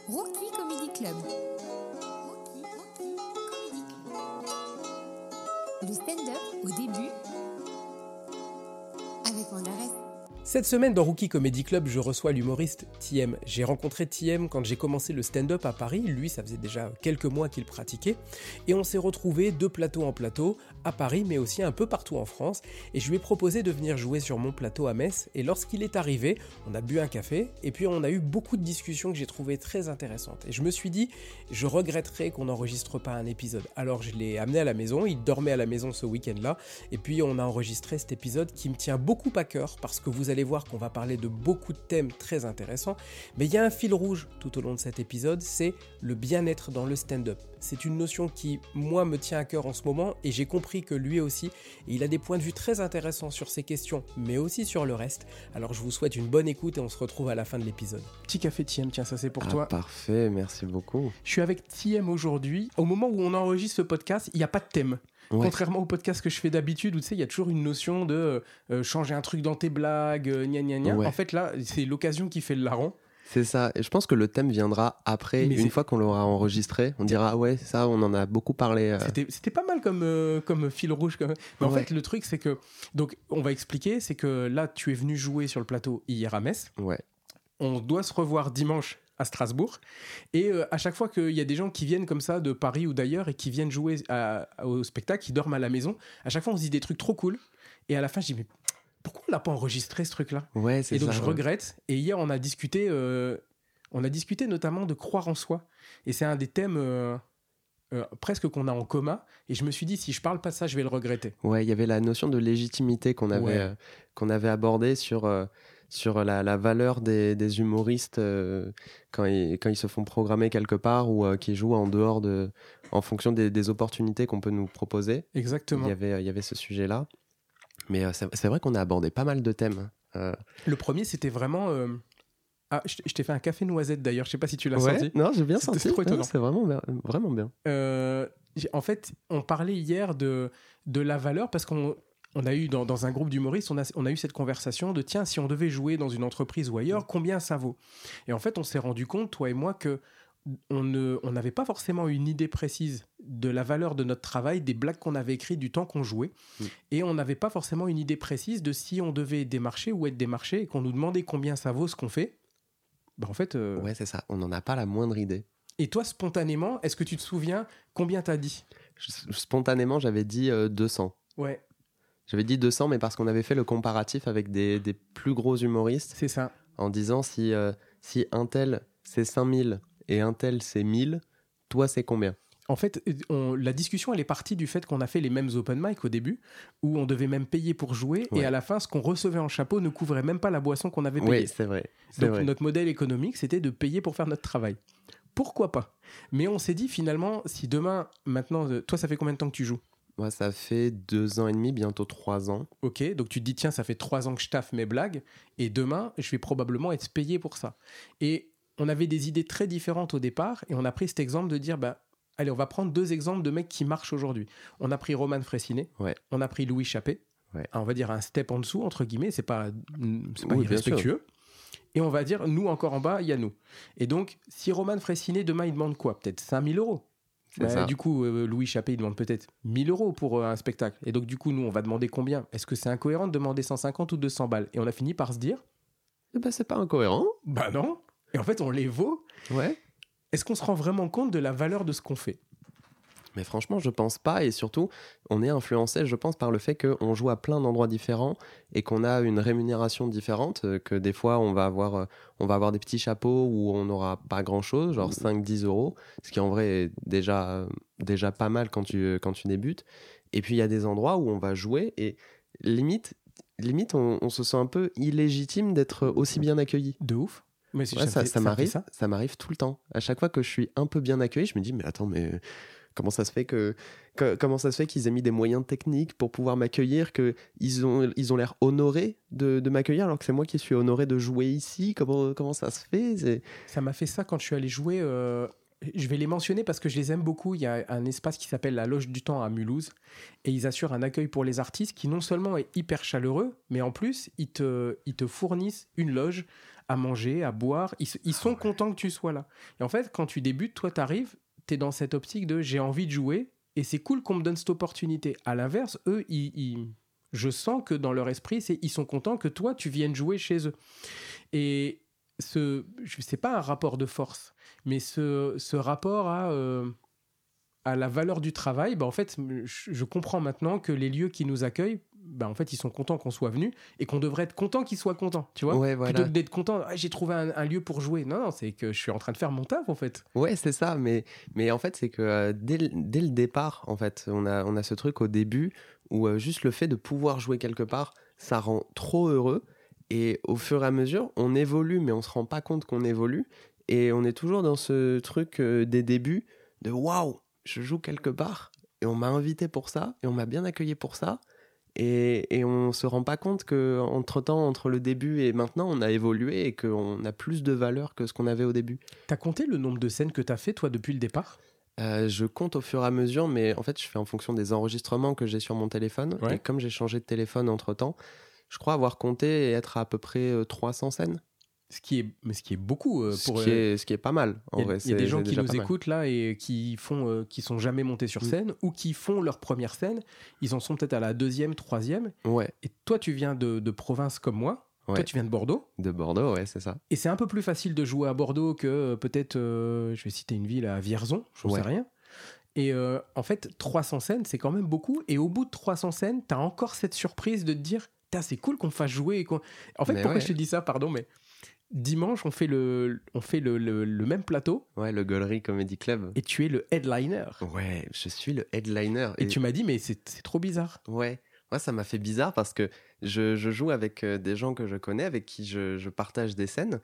Rookie Comedy Club. Rookie Comedy Club. Le stand-up au début avec Mandarès. Cette semaine dans Rookie Comedy Club, je reçois l'humoriste TM. J'ai rencontré TM quand j'ai commencé le stand-up à Paris. Lui, ça faisait déjà quelques mois qu'il pratiquait. Et on s'est retrouvés de plateau en plateau, à Paris, mais aussi un peu partout en France. Et je lui ai proposé de venir jouer sur mon plateau à Metz. Et lorsqu'il est arrivé, on a bu un café. Et puis on a eu beaucoup de discussions que j'ai trouvées très intéressantes. Et je me suis dit, je regretterais qu'on n'enregistre pas un épisode. Alors je l'ai amené à la maison. Il dormait à la maison ce week-end-là. Et puis on a enregistré cet épisode qui me tient beaucoup à cœur parce que vous allez voir qu'on va parler de beaucoup de thèmes très intéressants, mais il y a un fil rouge tout au long de cet épisode, c'est le bien-être dans le stand-up. C'est une notion qui, moi, me tient à cœur en ce moment, et j'ai compris que lui aussi, il a des points de vue très intéressants sur ces questions, mais aussi sur le reste. Alors je vous souhaite une bonne écoute et on se retrouve à la fin de l'épisode. Petit café TM, tiens, ça c'est pour toi. Parfait, merci beaucoup. Je suis avec TM aujourd'hui. Au moment où on enregistre ce podcast, il n'y a pas de thème. Ouais. Contrairement au podcast que je fais d'habitude où tu sais il y a toujours une notion de changer un truc dans tes blagues, gna gna gna. Ouais. En fait là c'est l'occasion qui fait le larron. C'est ça, et je pense que le thème viendra après, une fois qu'on l'aura enregistré, on dira ah ouais ça on en a beaucoup parlé. C'était pas mal comme fil rouge quand même. Mais en fait le truc c'est que, donc on va expliquer, c'est que là tu es venu jouer sur le plateau hier à Metz. Ouais. On doit se revoir dimanche à Strasbourg, et à chaque fois qu'il y a des gens qui viennent comme ça de Paris ou d'ailleurs et qui viennent jouer au spectacle, qui dorment à la maison, à chaque fois on se dit des trucs trop cool, et à la fin je dis mais pourquoi on l'a pas enregistré ce truc-là ? Ouais, c'est ça. Et donc je regrette, et hier on a discuté notamment de croire en soi, et c'est un des thèmes presque qu'on a en commun, et je me suis dit si je parle pas de ça je vais le regretter. Ouais, il y avait la notion de légitimité qu'on avait abordée sur la valeur des humoristes quand ils se font programmer quelque part ou qui jouent en dehors en fonction des opportunités qu'on peut nous proposer. Exactement. Il y avait ce sujet-là. Mais c'est vrai qu'on a abordé pas mal de thèmes. Le premier, c'était vraiment... je t'ai fait un café noisette d'ailleurs, je sais pas si tu l'as senti. Non, j'ai bien senti. C'est trop étonnant. C'est vraiment bien. En fait, on parlait hier de la valeur parce qu'on a eu dans un groupe d'humoristes, on a eu cette conversation de tiens, si on devait jouer dans une entreprise ou ailleurs, combien ça vaut ? Et en fait, on s'est rendu compte, toi et moi, que on n'avait pas forcément une idée précise de la valeur de notre travail, des blagues qu'on avait écrites, du temps qu'on jouait, et on n'avait pas forcément une idée précise de si on devait démarcher ou être démarché, et qu'on nous demandait combien ça vaut ce qu'on fait. En fait... Ouais, c'est ça, on n'en a pas la moindre idée. Et toi, spontanément, est-ce que tu te souviens combien t'as dit ? Spontanément, j'avais dit 200. Ouais. J'avais dit 200, mais parce qu'on avait fait le comparatif avec des plus gros humoristes. C'est ça. En disant si un tel c'est 5000 et un tel c'est 1000, toi c'est combien ? En fait, la discussion elle est partie du fait qu'on a fait les mêmes open mic au début, où on devait même payer pour jouer, et à la fin, ce qu'on recevait en chapeau ne couvrait même pas la boisson qu'on avait payée. Oui, c'est vrai. Donc notre modèle économique, c'était de payer pour faire notre travail. Pourquoi pas ? Mais on s'est dit finalement, si demain, maintenant, toi ça fait combien de temps que tu joues ? Moi, ça fait 2 ans et demi, bientôt 3 ans. Ok, donc tu te dis, tiens, ça fait 3 ans que je taffe mes blagues, et demain, je vais probablement être payé pour ça. Et on avait des idées très différentes au départ, et on a pris cet exemple de dire, allez, on va prendre 2 exemples de mecs qui marchent aujourd'hui. On a pris Roman Frécinet, on a pris Louis Chappé, on va dire un step en dessous, entre guillemets, c'est pas irrespectueux. Et on va dire, nous, encore en bas, il y a nous. Et donc, si Roman Frécinet, demain, il demande quoi ? Peut-être 5 000 euros. Du coup, Louis Chappé, il demande peut-être 1 000 euros pour un spectacle. Et donc, du coup, nous, on va demander combien ? Est-ce que c'est incohérent de demander 150 ou 200 balles ? Et on a fini par se dire... c'est pas incohérent. Non. Et en fait, on les vaut. Ouais. Est-ce qu'on se rend vraiment compte de la valeur de ce qu'on fait ? Mais franchement, je pense pas, et surtout, on est influencé, je pense, par le fait qu'on joue à plein d'endroits différents et qu'on a une rémunération différente, que des fois, on va avoir des petits chapeaux où on n'aura pas grand-chose, genre 5-10 euros, ce qui en vrai est déjà pas mal quand tu débutes. Et puis, il y a des endroits où on va jouer et limite on se sent un peu illégitime d'être aussi bien accueilli. De ouf. Mais ça m'arrive tout le temps. À chaque fois que je suis un peu bien accueilli, je me dis, mais attends, mais... Comment ça se fait qu'ils aient mis des moyens techniques pour pouvoir m'accueillir, qu'ils ont l'air honorés de m'accueillir alors que c'est moi qui suis honoré de jouer ici. Comment ça se fait ? Ça m'a fait ça quand je suis allé jouer. Je vais les mentionner parce que je les aime beaucoup. Il y a un espace qui s'appelle la Loge du Temps à Mulhouse et ils assurent un accueil pour les artistes qui non seulement est hyper chaleureux, mais en plus ils te fournissent une loge à manger, à boire. Ils sont contents que tu sois là. Et en fait, quand tu débutes, toi, t'arrives, t'es dans cette optique de j'ai envie de jouer et c'est cool qu'on me donne cette opportunité. À l'inverse, eux, je sens que dans leur esprit, ils sont contents que toi, tu viennes jouer chez eux. Et c'est pas un rapport de force, mais ce rapport à la valeur du travail, en fait, je comprends maintenant que les lieux qui nous accueillent, en fait, ils sont contents qu'on soit venus et qu'on devrait être content qu'ils soient contents, tu vois, Ouais, voilà. plutôt que d'être content, j'ai trouvé un lieu pour jouer. Non, c'est que je suis en train de faire mon taf, en fait. Ouais, c'est ça, mais en fait, c'est que dès le départ, en fait, on a ce truc au début où juste le fait de pouvoir jouer quelque part, ça rend trop heureux. Et au fur et à mesure, on évolue, mais on se rend pas compte qu'on évolue. Et on est toujours dans ce truc des débuts de waouh, je joue quelque part et on m'a invité pour ça et on m'a bien accueilli pour ça. Et on se rend pas compte qu'entre-temps, entre le début et maintenant, on a évolué et qu'on a plus de valeur que ce qu'on avait au début. T'as compté le nombre de scènes que t'as fait, toi, depuis le départ ? Je compte au fur et à mesure, mais en fait, je fais en fonction des enregistrements que j'ai sur mon téléphone. Ouais. Et comme j'ai changé de téléphone entre-temps, je crois avoir compté et être à peu près 300 scènes. Ce qui est beaucoup pour... Ce qui est pas mal, en vrai. Il y a des gens qui déjà nous pas mal. écoutent là et qui sont jamais montés sur scène ou qui font leur première scène. Ils en sont peut-être à la 2e, 3e. Ouais, Et toi, tu viens de province comme moi. Ouais. Toi, tu viens de Bordeaux. de Bordeaux, ouais, c'est ça. Et c'est un peu plus facile de jouer à Bordeaux que peut-être, je vais citer une ville, à Vierzon, je ne sais Ouais. rien. Et en fait, 300 scènes, c'est quand même beaucoup. Et au bout de 300 scènes, tu as encore cette surprise de te dire, c'est cool qu'on fasse jouer. En fait, Mais pourquoi ouais. je te dis ça, pardon, mais dimanche, on fait le même plateau Ouais, le Gollery Comedy Club. et tu es le headliner. Ouais, je suis le headliner. Et tu m'as dit, mais c'est trop bizarre. Ouais, moi ça m'a fait bizarre parce que je joue avec des gens que je connais, avec qui je partage des scènes.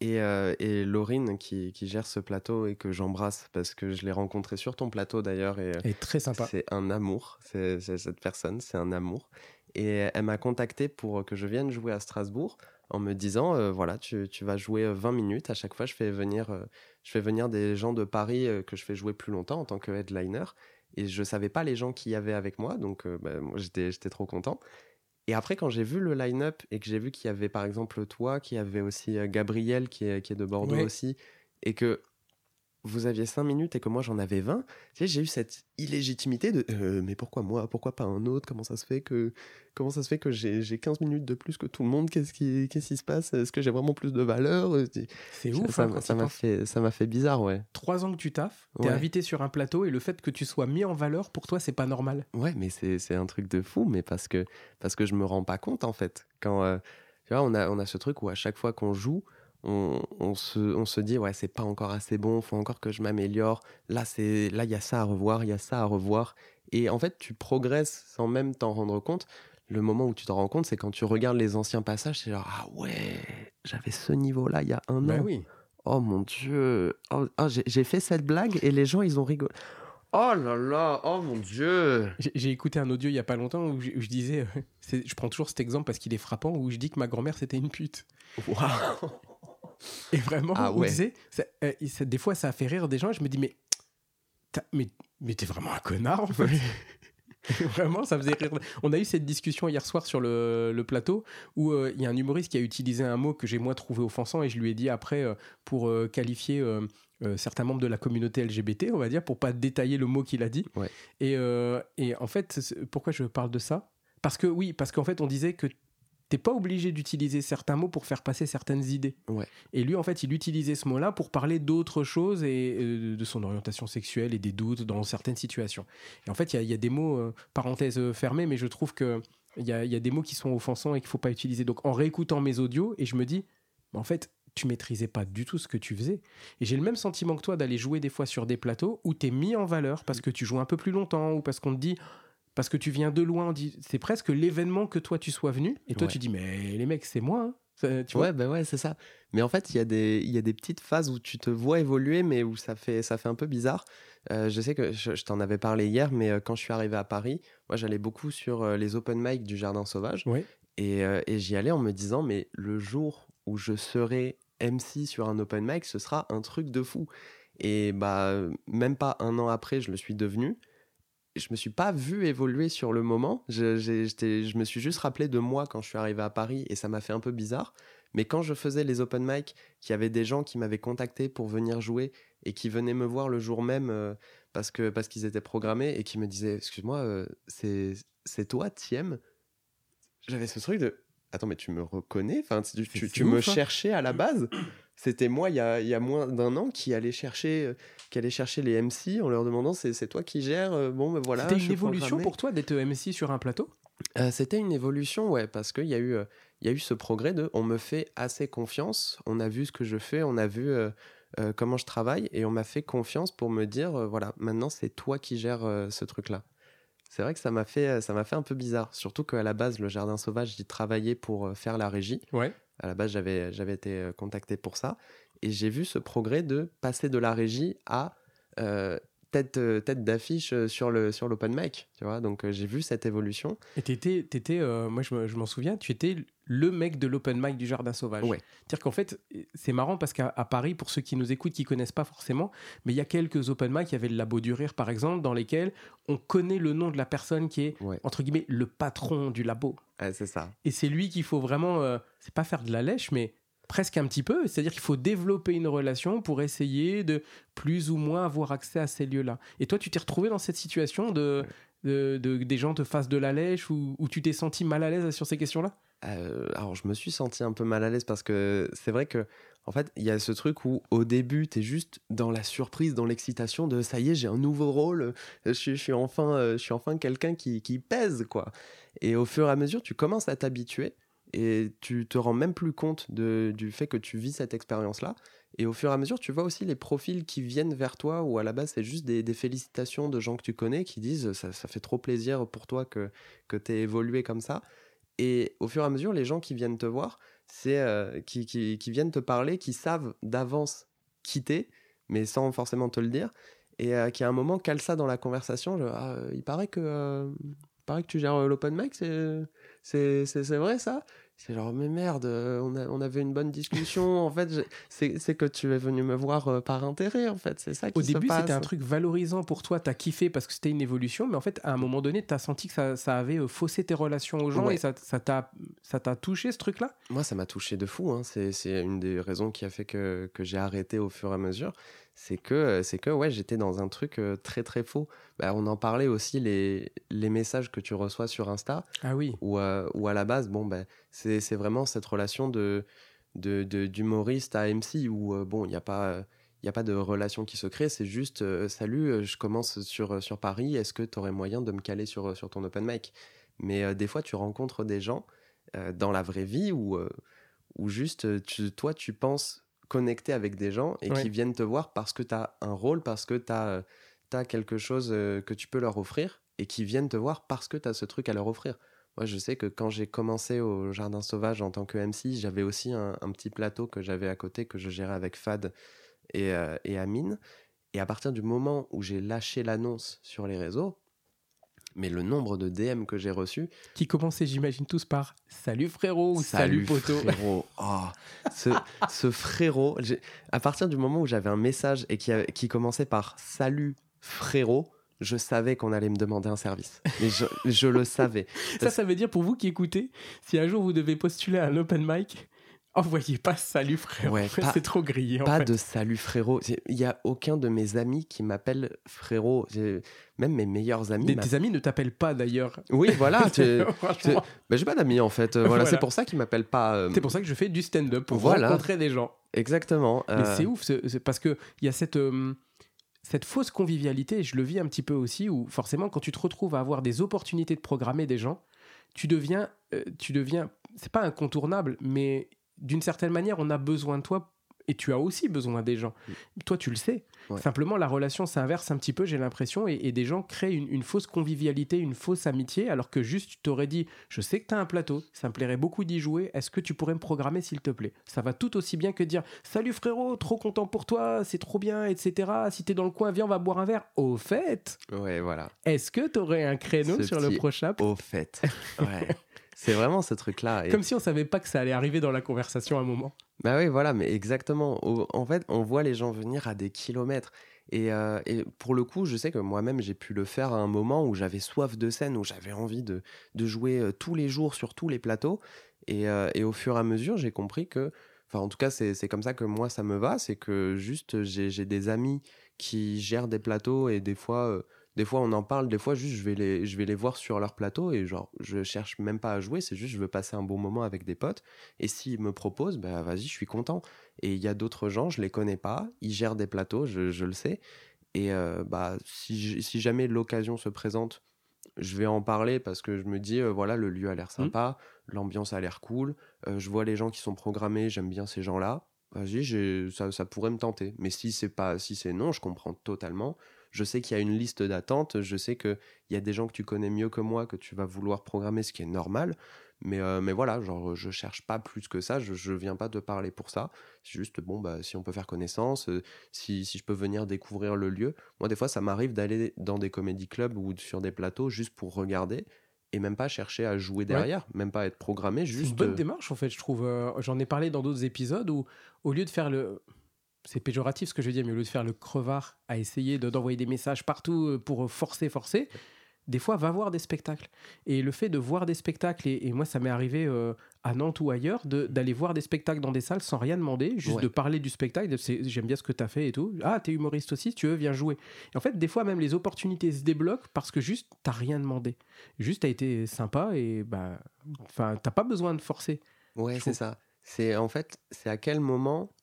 Et Laurine qui gère ce plateau et que j'embrasse parce que je l'ai rencontrée sur ton plateau d'ailleurs. Et Et très sympa. c'est un amour, c'est cette personne, c'est un amour. Et elle m'a contacté pour que je vienne jouer à Strasbourg en me disant, voilà, tu vas jouer 20 minutes. À chaque fois, je fais venir des gens de Paris que je fais jouer plus longtemps en tant que headliner. Et je savais pas les gens qui y avait avec moi, donc moi, j'étais trop content. Et après, quand j'ai vu le line-up et que j'ai vu qu'il y avait par exemple toi, qu'il y avait aussi Gabriel qui est de Bordeaux Ouais. aussi, et que vous aviez 5 minutes et que moi j'en avais 20, tu sais, j'ai eu cette illégitimité de mais pourquoi moi, pourquoi pas un autre, comment ça se fait que j'ai 15 minutes de plus que tout le monde, qu'est-ce qui se passe, est-ce que j'ai vraiment plus de valeur? C'est ouf, hein, quand ça tu m'a penses. ça m'a fait bizarre, ouais. 3 ans que tu taffes, t'es Ouais. invité sur un plateau et le fait que tu sois mis en valeur, pour toi, c'est pas normal. Ouais, mais c'est un truc de fou, mais parce que je me rends pas compte en fait. Quand tu vois, on a ce truc où à chaque fois qu'on joue, on se dit ouais, c'est pas encore assez bon, faut encore que je m'améliore. Là il y a ça à revoir, il y a ça à revoir. Et en fait, tu progresses sans même t'en rendre compte. Le moment où tu t'en rends compte, c'est quand tu regardes les anciens passages, c'est genre ah ouais, j'avais ce niveau-là il y a un an. Oui. Oh mon Dieu, j'ai fait cette blague et les gens ils ont rigolé. Oh là là, oh mon Dieu. J'ai écouté un audio il y a pas longtemps où je disais, je prends toujours cet exemple parce qu'il est frappant, où je dis que ma grand-mère c'était une pute. Waouh. Et vraiment, Ah où ouais. je disais, des fois ça a fait rire des gens et je me dis mais t'es vraiment un connard en fait. Et vraiment, ça faisait rire. On a eu cette discussion hier soir sur le plateau où il y a un humoriste qui a utilisé un mot que j'ai moi trouvé offensant et je lui ai dit après pour qualifier certains membres de la communauté LGBT, on va dire, pour pas détailler le mot qu'il a dit. Ouais. Et en fait, pourquoi je parle de ça ? Parce qu'en fait, on disait que t'es pas obligé d'utiliser certains mots pour faire passer certaines idées. Ouais. Et lui, en fait, il utilisait ce mot-là pour parler d'autres choses et de son orientation sexuelle et des doutes dans certaines situations. Et en fait, il y a des mots, parenthèse fermée, mais je trouve qu'il y a des mots qui sont offensants et qu'il faut pas utiliser. Donc, en réécoutant mes audios, et je me dis, en fait, tu maîtrisais pas du tout ce que tu faisais. Et j'ai le même sentiment que toi d'aller jouer des fois sur des plateaux où t'es mis en valeur parce que tu joues un peu plus longtemps ou parce qu'on te dit... Parce que tu viens de loin, on dit, c'est presque l'événement que toi tu sois venu. Et toi Ouais. tu dis, mais les mecs, c'est moi. Hein. Tu vois. Ouais, bah ouais, c'est ça. Mais en fait, il y a des petites phases où tu te vois évoluer, mais où ça fait un peu bizarre. Je sais que je t'en avais parlé hier, mais quand je suis arrivé à Paris, moi j'allais beaucoup sur les open mic du Jardin Sauvage. Ouais. Et j'y allais en me disant, mais le jour où je serai MC sur un open mic, ce sera un truc de fou. Et bah, même pas un an après, je le suis devenu. Je me suis pas vu évoluer sur le moment. Je me suis juste rappelé de moi quand je suis arrivé à Paris et ça m'a fait un peu bizarre. Mais quand je faisais les open mic, qu'il y avait des gens qui m'avaient contacté pour venir jouer et qui venaient me voir le jour même parce qu'ils étaient programmés et qui me disaient « Excuse-moi, c'est toi, Thiem ?» J'avais ce truc de « Attends, mais tu me reconnais ? Enfin, tu me cherchais à la base ?» C'était moi, il y a moins d'un an, qui allait chercher les MC en leur demandant « C'est toi qui gères ? Bon, ben voilà. » C'était une évolution pour toi d'être MC sur un plateau ? C'était une évolution, ouais, parce qu'il y a eu ce progrès de « on me fait assez confiance, on a vu ce que je fais, on a vu comment je travaille, et on m'a fait confiance pour me dire voilà, maintenant c'est toi qui gères ce truc-là ». C'est vrai que ça m'a fait un peu bizarre, surtout qu'à la base, le Jardin Sauvage, j'y travaillais pour faire la régie. Ouais. À la base, j'avais été contacté pour ça, et j'ai vu ce progrès de passer de la régie à tête d'affiche sur l'open mic, tu vois. Donc j'ai vu cette évolution. Et t'étais moi je m'en souviens, tu étais le mec de l'open mic du Jardin Sauvage. Ouais. C'est-à-dire qu'en fait, c'est marrant parce qu'à Paris, pour ceux qui nous écoutent, qui connaissent pas forcément, mais il y a quelques open mic, il y avait le Labo du Rire par exemple, dans lesquels on connaît le nom de la personne qui est, entre guillemets, le patron du labo. Ouais, c'est ça. Et c'est lui qu'il faut vraiment, c'est pas faire de la lèche, mais presque un petit peu, c'est-à-dire qu'il faut développer une relation pour essayer de plus ou moins avoir accès à ces lieux-là. Et toi, tu t'es retrouvé dans cette situation des gens te fassent de la lèche ou tu t'es senti mal à l'aise sur ces questions-là ? Alors, je me suis senti un peu mal à l'aise parce que c'est vrai que, en fait, il y a ce truc où, au début, t'es juste dans la surprise, dans l'excitation de ça y est, j'ai un nouveau rôle, je suis enfin quelqu'un qui pèse, quoi. Et au fur et à mesure, tu commences à t'habituer. Et tu te rends même plus compte du fait que tu vis cette expérience-là. Et au fur et à mesure, tu vois aussi les profils qui viennent vers toi, où à la base, c'est juste des félicitations de gens que tu connais qui disent « ça fait trop plaisir pour toi que tu aies évolué comme ça ». Et au fur et à mesure, les gens qui viennent te voir, c'est qui viennent te parler, qui savent d'avance qui t'es, mais sans forcément te le dire, et qui à un moment calent ça dans la conversation. Il paraît que tu gères l'open mic, c'est vrai ça ? C'est genre, mais merde, on avait une bonne discussion. En fait, c'est que tu es venu me voir par intérêt, en fait. C'est ça qui se passe. Au début, c'était un truc valorisant pour toi. T'as kiffé parce que c'était une évolution. Mais en fait, à un moment donné, t'as senti que ça avait faussé tes relations aux gens. Ouais. Et ça t'a touché, ce truc-là ? Moi, ça m'a touché de fou. Hein. C'est une des raisons qui a fait que j'ai arrêté au fur et à mesure. C'est que ouais, j'étais dans un truc très, très faux. Bah, on en parlait aussi, les messages que tu reçois sur Insta. Ah oui. Où à la base, bon, bah, c'est vraiment cette relation d'humoriste à MC où bon, il n'y a pas de relation qui se crée, c'est juste salut, je commence sur Paris, est-ce que tu aurais moyen de me caler sur ton open mic ? Mais des fois tu rencontres des gens dans la vraie vie où juste toi tu penses connecter avec des gens et qui viennent te voir parce que tu as un rôle, parce que tu as quelque chose que tu peux leur offrir, et qui viennent te voir parce que tu as ce truc à leur offrir. Moi, je sais que quand j'ai commencé au Jardin Sauvage en tant que MC, j'avais aussi un petit plateau que j'avais à côté, que je gérais avec Fad et Amine. Et à partir du moment où j'ai lâché l'annonce sur les réseaux, mais le nombre de DM que j'ai reçus... Qui commençaient, j'imagine, tous par « Salut frérot » ou « Salut poteau ». Frérot. Oh, ce frérot... À partir du moment où j'avais un message et qui commençait par « Salut frérot », je savais qu'on allait me demander un service. Mais je le savais. Ça veut dire pour vous qui écoutez, si un jour vous devez postuler à un open mic, envoyez pas salut frérot. Ouais, c'est trop grillé. Pas de salut frérot. Il n'y a aucun de mes amis qui m'appelle frérot. Même mes meilleurs amis. Tes amis ne t'appellent pas d'ailleurs. Oui, voilà. Mais j'ai pas d'amis en fait. Voilà. C'est pour ça qu'ils m'appellent pas. C'est pour ça que je fais du stand-up, pour rencontrer des gens. Exactement. Mais c'est ouf, c'est parce qu'il y a cette fausse convivialité, je le vis un petit peu aussi, où forcément, quand tu te retrouves à avoir des opportunités de programmer des gens, tu deviens, c'est pas incontournable, mais d'une certaine manière, on a besoin de toi et tu as aussi besoin des gens. Toi, tu le sais. Ouais. Simplement, la relation s'inverse un petit peu, j'ai l'impression, et des gens créent une fausse convivialité, une fausse amitié, alors que juste, tu t'aurais dit, je sais que tu as un plateau, ça me plairait beaucoup d'y jouer, est-ce que tu pourrais me programmer, s'il te plaît ? Ça va tout aussi bien que de dire, salut frérot, trop content pour toi, c'est trop bien, etc. Si t'es dans le coin, viens, on va boire un verre. Au fait, ouais, voilà. Est-ce que t'aurais un créneau sur le prochain ? Au fait, ouais. C'est vraiment ce truc-là. Comme si on savait pas que ça allait arriver dans la conversation à un moment. Bah oui, voilà, mais exactement. En fait, on voit les gens venir à des kilomètres. Et pour le coup, je sais que moi-même, j'ai pu le faire à un moment où j'avais soif de scène, où j'avais envie de jouer tous les jours sur tous les plateaux. Et au fur et à mesure, j'ai compris que, enfin, en tout cas, c'est comme ça que moi, ça me va. C'est que juste, j'ai des amis qui gèrent des plateaux et des fois, on en parle. Des fois, juste, je vais les voir sur leur plateau et genre, je cherche même pas à jouer. C'est juste, je veux passer un bon moment avec des potes. Et s'ils me proposent, bah, vas-y, je suis content. Et il y a d'autres gens, je les connais pas. Ils gèrent des plateaux, je le sais. Et bah, si jamais l'occasion se présente, je vais en parler parce que je me dis, voilà, le lieu a l'air sympa, l'ambiance a l'air cool, je vois les gens qui sont programmés, j'aime bien ces gens-là. Vas-y, ça pourrait me tenter. Mais si c'est non, je comprends totalement. Je sais qu'il y a une liste d'attente, je sais qu'il y a des gens que tu connais mieux que moi que tu vas vouloir programmer, ce qui est normal. Mais voilà, genre, je cherche pas plus que ça, je viens pas te parler pour ça. C'est juste, bon, bah, si on peut faire connaissance, si je peux venir découvrir le lieu. Moi, des fois, ça m'arrive d'aller dans des comédie clubs ou sur des plateaux juste pour regarder et même pas chercher à jouer derrière, même pas être programmé, C'est juste. une bonne démarche, en fait, je trouve. J'en ai parlé dans d'autres épisodes où, au lieu de faire le... C'est péjoratif ce que je veux dire, mais au lieu de faire le crevard à essayer d'envoyer des messages partout pour forcer, des fois, va voir des spectacles. Et le fait de voir des spectacles, et moi, ça m'est arrivé à Nantes ou ailleurs, d'aller voir des spectacles dans des salles sans rien demander, juste de parler du spectacle, j'aime bien ce que tu as fait et tout. Ah, t'es humoriste aussi, si tu veux, viens jouer. Et en fait, des fois, même les opportunités se débloquent parce que juste, t'as rien demandé. Juste, t'as été sympa et bah, t'as pas besoin de forcer. Ouais, c'est ça. En fait, c'est à quel moment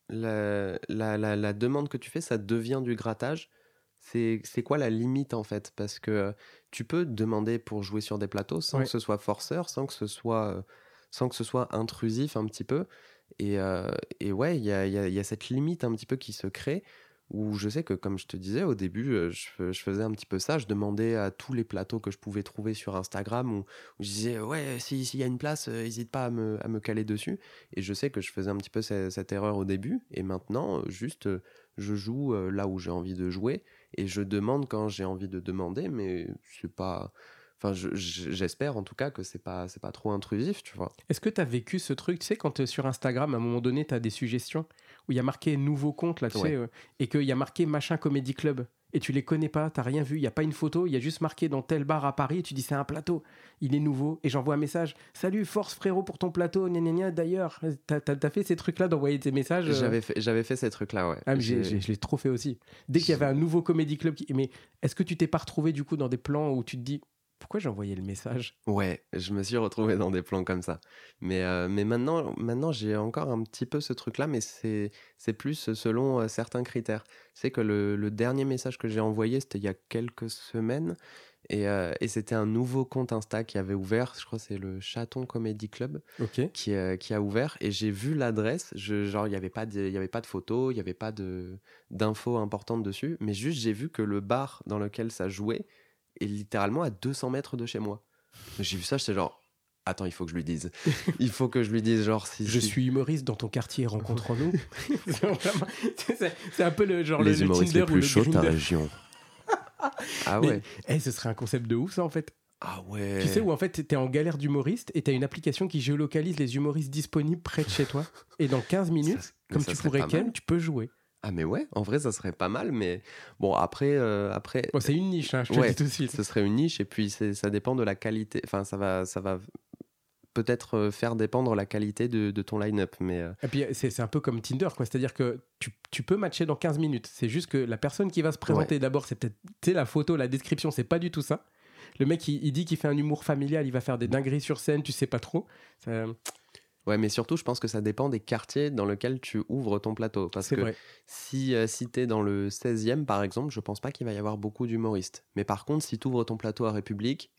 la demande que tu fais, ça devient du grattage. C'est quoi la limite en fait? Parce que tu peux demander pour jouer sur des plateaux sans que ce soit forceur, sans que ce soit intrusif un petit peu. Et ouais, il y a cette limite un petit peu qui se crée où je sais que, comme je te disais au début, je faisais un petit peu ça. Je demandais à tous les plateaux que je pouvais trouver sur Instagram où je disais ouais, s'il y a une place, n'hésite pas à me caler dessus. Et je sais que je faisais un petit peu cette erreur au début. Et maintenant, juste, je joue là où j'ai envie de jouer et je demande quand j'ai envie de demander, mais c'est pas... Enfin, j'espère en tout cas que c'est pas trop intrusif, tu vois. Est-ce que tu as vécu ce truc, tu sais, quand sur Instagram, à un moment donné, tu as des suggestions où il y a marqué nouveau compte, là, tu sais, et qu'il y a marqué machin Comedy Club, et tu les connais pas, t'as rien vu, il n'y a pas une photo, il y a juste marqué dans tel bar à Paris, et tu dis c'est un plateau, il est nouveau, et j'envoie un message, salut, force frérot pour ton plateau, gna gna gna, d'ailleurs, t'as fait ces trucs-là d'envoyer tes messages J'avais fait ces trucs-là, ouais. Ah, mais je l'ai trop fait aussi. Dès qu'il y avait un nouveau Comedy Club, mais est-ce que tu t'es pas retrouvé du coup dans des plans où tu te dis pourquoi j'ai envoyé le message? Ouais, je me suis retrouvé dans des plans comme ça. Mais maintenant, j'ai encore un petit peu ce truc-là, mais c'est plus selon certains critères. C'est que le dernier message que j'ai envoyé, c'était il y a quelques semaines, et c'était un nouveau compte Insta qui avait ouvert, je crois que c'est le Chaton Comedy Club, qui a ouvert, et j'ai vu l'adresse, genre il n'y avait pas de photos, il n'y avait pas d'infos importantes dessus, mais juste j'ai vu que le bar dans lequel ça jouait est littéralement à 200 mètres de chez moi. J'ai vu ça, j'étais genre, attends, il faut que je lui dise. Il faut que je lui dise, genre, si... Je suis humoriste dans ton quartier, rencontrons-nous. c'est un peu le genre les le humoristes Tinder les plus chauds de ta Grindr. région. Ah ouais. Ce serait un concept de ouf, ça, en fait. Ah ouais. Tu sais, où en fait, t'es en galère d'humoriste et t'as une application qui géolocalise les humoristes disponibles près de chez toi. Et dans 15 minutes, comme tu pourrais ken, tu peux jouer. Ah mais ouais, en vrai ça serait pas mal, mais bon après bon, c'est une niche, hein, je te le dis tout de suite. Ce serait une niche et puis ça dépend de la qualité, enfin ça va peut-être faire dépendre la qualité de ton line-up, mais et puis c'est un peu comme Tinder, quoi, c'est-à-dire que tu peux matcher dans 15 minutes, c'est juste que la personne qui va se présenter d'abord, c'est peut-être, tu sais, la photo, la description, c'est pas du tout ça. Le mec il dit qu'il fait un humour familial, il va faire des dingueries sur scène, tu sais pas trop ça... Ouais, mais surtout, je pense que ça dépend des quartiers dans lesquels tu ouvres ton plateau. Parce que si t'es dans le 16e, par exemple, je pense pas qu'il va y avoir beaucoup d'humoristes. Mais par contre, si tu ouvres ton plateau à République...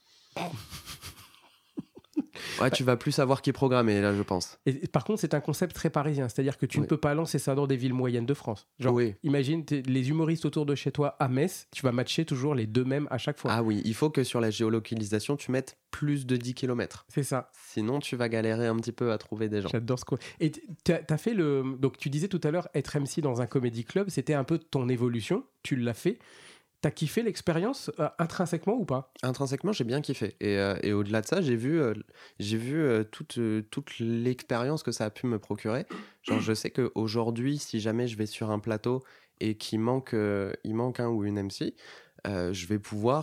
Ouais, tu vas plus savoir qui programmer, là, je pense. Et par contre, c'est un concept très parisien. C'est-à-dire que tu ne peux pas lancer ça dans des villes moyennes de France. Genre, imagine les humoristes autour de chez toi à Metz, tu vas matcher toujours les deux mêmes à chaque fois. Ah oui, il faut que sur la géolocalisation, tu mettes plus de 10 km. C'est ça. Sinon, tu vas galérer un petit peu à trouver des gens. J'adore ce coup. Et t'as fait le... Donc, tu disais tout à l'heure, être MC dans un comedy club, c'était un peu ton évolution. Tu l'as fait. T'as kiffé l'expérience intrinsèquement ou pas? Intrinsèquement, j'ai bien kiffé. Et au-delà de ça, j'ai vu toute l'expérience que ça a pu me procurer. Genre, je sais qu'aujourd'hui, si jamais je vais sur un plateau et il manque un ou une MC, je vais pouvoir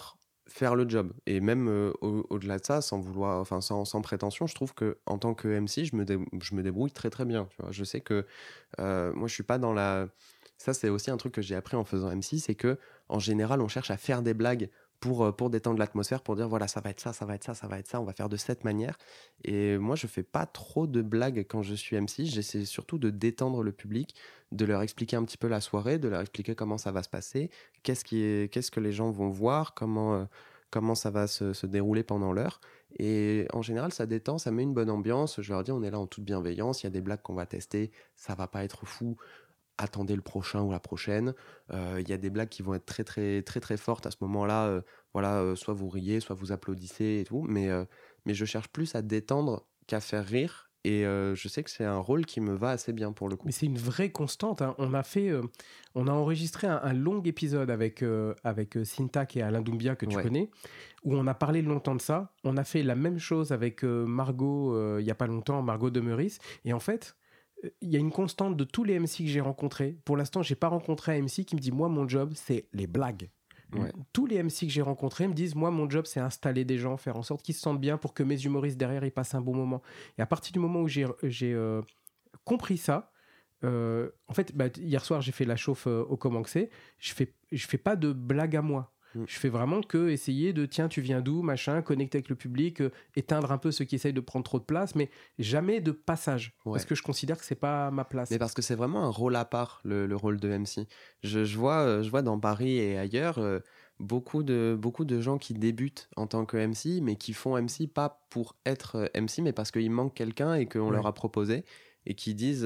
faire le job. Et même au-delà de ça, sans prétention, je trouve que en tant que MC, je me débrouille très très bien. Tu vois. Je sais que moi, je suis pas dans la. Ça, c'est aussi un truc que j'ai appris en faisant MC, c'est que en général, on cherche à faire des blagues pour détendre l'atmosphère, pour dire voilà, ça va être ça, ça va être ça, ça va être ça, on va faire de cette manière. Et moi, je fais pas trop de blagues quand je suis MC. J'essaie surtout de détendre le public, de leur expliquer un petit peu la soirée, de leur expliquer comment ça va se passer, qu'est-ce que les gens vont voir, comment ça va se dérouler pendant l'heure. Et en général, ça détend, ça met une bonne ambiance. Je leur dis, on est là en toute bienveillance, il y a des blagues qu'on va tester, ça va pas être fou. Attendez le prochain ou la prochaine. Il y a des blagues qui vont être très très très très fortes à ce moment-là. Soit vous riez, soit vous applaudissez et tout. Mais je cherche plus à détendre qu'à faire rire. Et je sais que c'est un rôle qui me va assez bien pour le coup. Mais c'est une vraie constante. Hein. On a enregistré un long épisode avec Syntac et Alain Doumbia que tu connais, où on a parlé longtemps de ça. On a fait la même chose avec Margot il y a pas longtemps, Margot de Meurice. Et en fait, il y a une constante de tous les MC que j'ai rencontrés. Pour l'instant, j'ai pas rencontré un MC qui me dit moi mon job c'est les blagues. Ouais. Tous les MC que j'ai rencontrés me disent moi mon job c'est installer des gens, faire en sorte qu'ils se sentent bien pour que mes humoristes derrière ils passent un bon moment. Et à partir du moment où j'ai compris ça, en fait hier soir j'ai fait la chauffe au Comanxé, je fais pas de blagues à moi. Je fais vraiment que essayer de tiens tu viens d'où machin, connecter avec le public, éteindre un peu ceux qui essayent de prendre trop de place, mais jamais de passage parce que je considère que c'est pas ma place. Mais parce que c'est vraiment un rôle à part, le rôle de MC. Je vois dans Paris et ailleurs beaucoup de gens qui débutent en tant que MC, mais qui font MC pas pour être MC, mais parce qu'il manque quelqu'un et qu'on leur a proposé et qui disent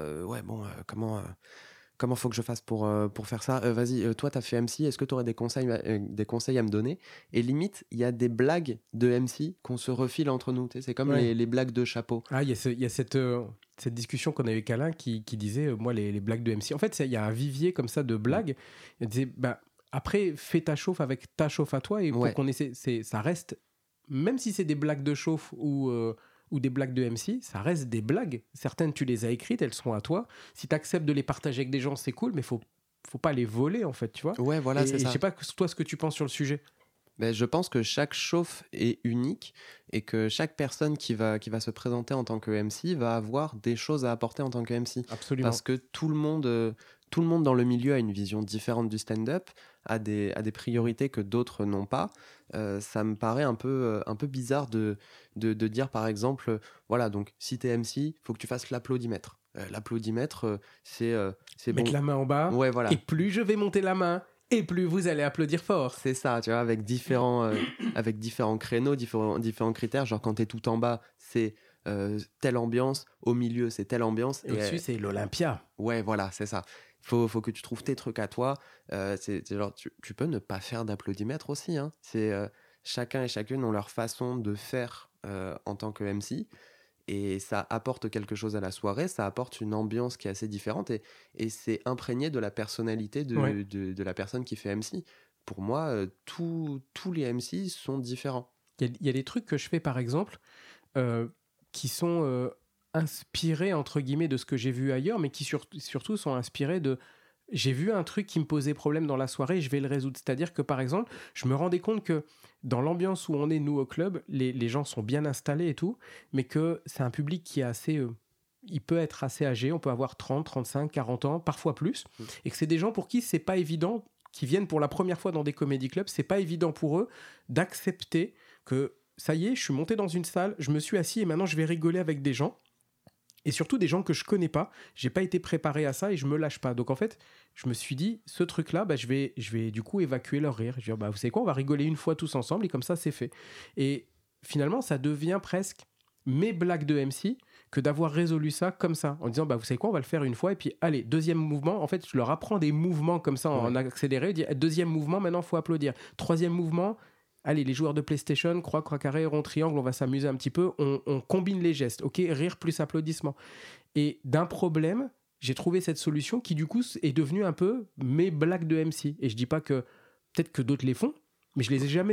comment faut que je fasse pour faire ça vas-y, toi, t'as fait MC, est-ce que tu aurais des conseils à me donner? Et limite, il y a des blagues de MC qu'on se refile entre nous. C'est comme les blagues de chapeau. Ah, il y a cette discussion qu'on avait avec Alain qui disait, moi, les blagues de MC. En fait, il y a un vivier comme ça de blagues. Il disait, après, fais ta chauffe avec ta chauffe à toi. Et pour qu'on essaie, ça reste, même si c'est des blagues de chauffe ou des blagues de MC, ça reste des blagues. Certaines, tu les as écrites, elles sont à toi. Si tu acceptes de les partager avec des gens, c'est cool, mais faut pas les voler, en fait, tu vois. Ouais, voilà, c'est ça. Je sais pas, toi, ce que tu penses sur le sujet. Ben, je pense que chaque chauffe est unique et que chaque personne qui va se présenter en tant que MC va avoir des choses à apporter en tant que MC. Absolument. Parce que tout le monde dans le milieu a une vision différente du stand-up, a des priorités que d'autres n'ont pas. Ça me paraît un peu bizarre de dire par exemple, voilà, donc si t'es MC, il faut que tu fasses l'applaudimètre. L'applaudimètre, c'est mettre la main en bas, voilà. Et plus je vais monter la main, et plus vous allez applaudir fort. C'est ça, tu vois, avec différents créneaux, différents critères. Genre, quand t'es tout en bas, c'est telle ambiance. Au milieu, c'est telle ambiance. Et au-dessus, c'est l'Olympia. Ouais, voilà, c'est ça. Faut que tu trouves tes trucs à toi. C'est genre, tu peux ne pas faire d'applaudimètre aussi. Hein. C'est chacun et chacune ont leur façon de faire en tant que MC. Et ça apporte quelque chose à la soirée, ça apporte une ambiance qui est assez différente et c'est imprégné de la personnalité de la personne qui fait MC. Pour moi, tous les MC sont différents. Il y a des trucs que je fais, par exemple, qui sont inspirés, entre guillemets, de ce que j'ai vu ailleurs, mais qui surtout sont inspirés de... J'ai vu un truc qui me posait problème dans la soirée, je vais le résoudre. C'est-à-dire que, par exemple, je me rendais compte que dans l'ambiance où on est, nous, au club, les gens sont bien installés et tout, mais que c'est un public qui est assez... il peut être assez âgé, on peut avoir 30, 35, 40 ans, parfois plus, et que c'est des gens pour qui c'est pas évident, qui viennent pour la première fois dans des comédie clubs, c'est pas évident pour eux d'accepter que, ça y est, je suis monté dans une salle, je me suis assis et maintenant je vais rigoler avec des gens. Et surtout des gens que je connais pas, j'ai pas été préparé à ça et je me lâche pas. Donc en fait, je me suis dit, ce truc-là, je vais du coup évacuer leur rire. Je vais dire, vous savez quoi, on va rigoler une fois tous ensemble et comme ça, c'est fait. Et finalement, ça devient presque mes blagues de MC que d'avoir résolu ça comme ça, en disant, vous savez quoi, on va le faire une fois et puis allez, deuxième mouvement. En fait, je leur apprends des mouvements comme ça en accéléré. Deuxième mouvement, maintenant, il faut applaudir. Troisième mouvement... Allez, les joueurs de PlayStation, croix, carré, rond, triangle, on va s'amuser un petit peu. On combine les gestes, ok? Rire plus applaudissement. Et d'un problème, j'ai trouvé cette solution qui, du coup, est devenue un peu mes blagues de MC. Et je dis pas que... Peut-être que d'autres les font, mais je les ai jamais vues.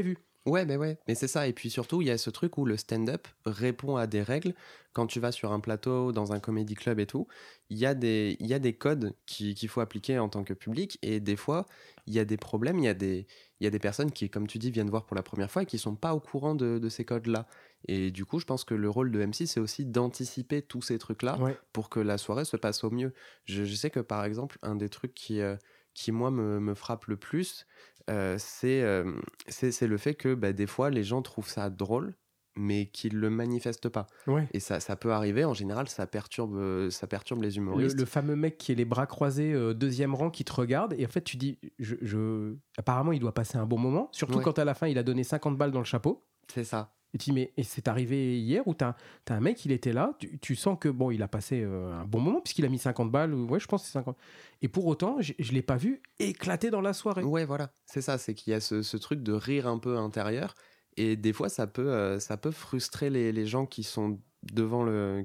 Ouais, mais c'est ça. Et puis surtout, il y a ce truc où le stand-up répond à des règles. Quand tu vas sur un plateau, dans un comedy club et tout, il y a des codes qu'il faut appliquer en tant que public. Et des fois, il y a des problèmes, il y a des personnes qui, comme tu dis, viennent voir pour la première fois et qui sont pas au courant de ces codes-là. Et du coup, je pense que le rôle de MC, c'est aussi d'anticiper tous ces trucs-là Ouais. pour que la soirée se passe au mieux. Je sais que, par exemple, un des trucs qui moi, me frappe le plus, euh, c'est euh, c'est le fait que des fois, les gens trouvent ça drôle, mais qu'ils le manifestent pas. Ouais. Et ça peut arriver, en général, ça perturbe les humoristes. Le fameux mec qui est les bras croisés, deuxième rang, qui te regarde, et en fait, tu dis, apparemment, il doit passer un bon moment, surtout Ouais. quand à la fin, il a donné 50 balles dans le chapeau. C'est ça. Et tu dis, mais et c'est arrivé hier où t'as un mec, il était là, tu sens que bon, il a passé un bon moment, puisqu'il a mis 50 balles, ouais, je pense que c'est 50. Et pour autant, je l'ai pas vu éclater dans la soirée. Ouais, voilà. C'est ça, c'est qu'il y a ce truc de rire un peu intérieur. Et des fois, ça peut frustrer les gens qui sont devant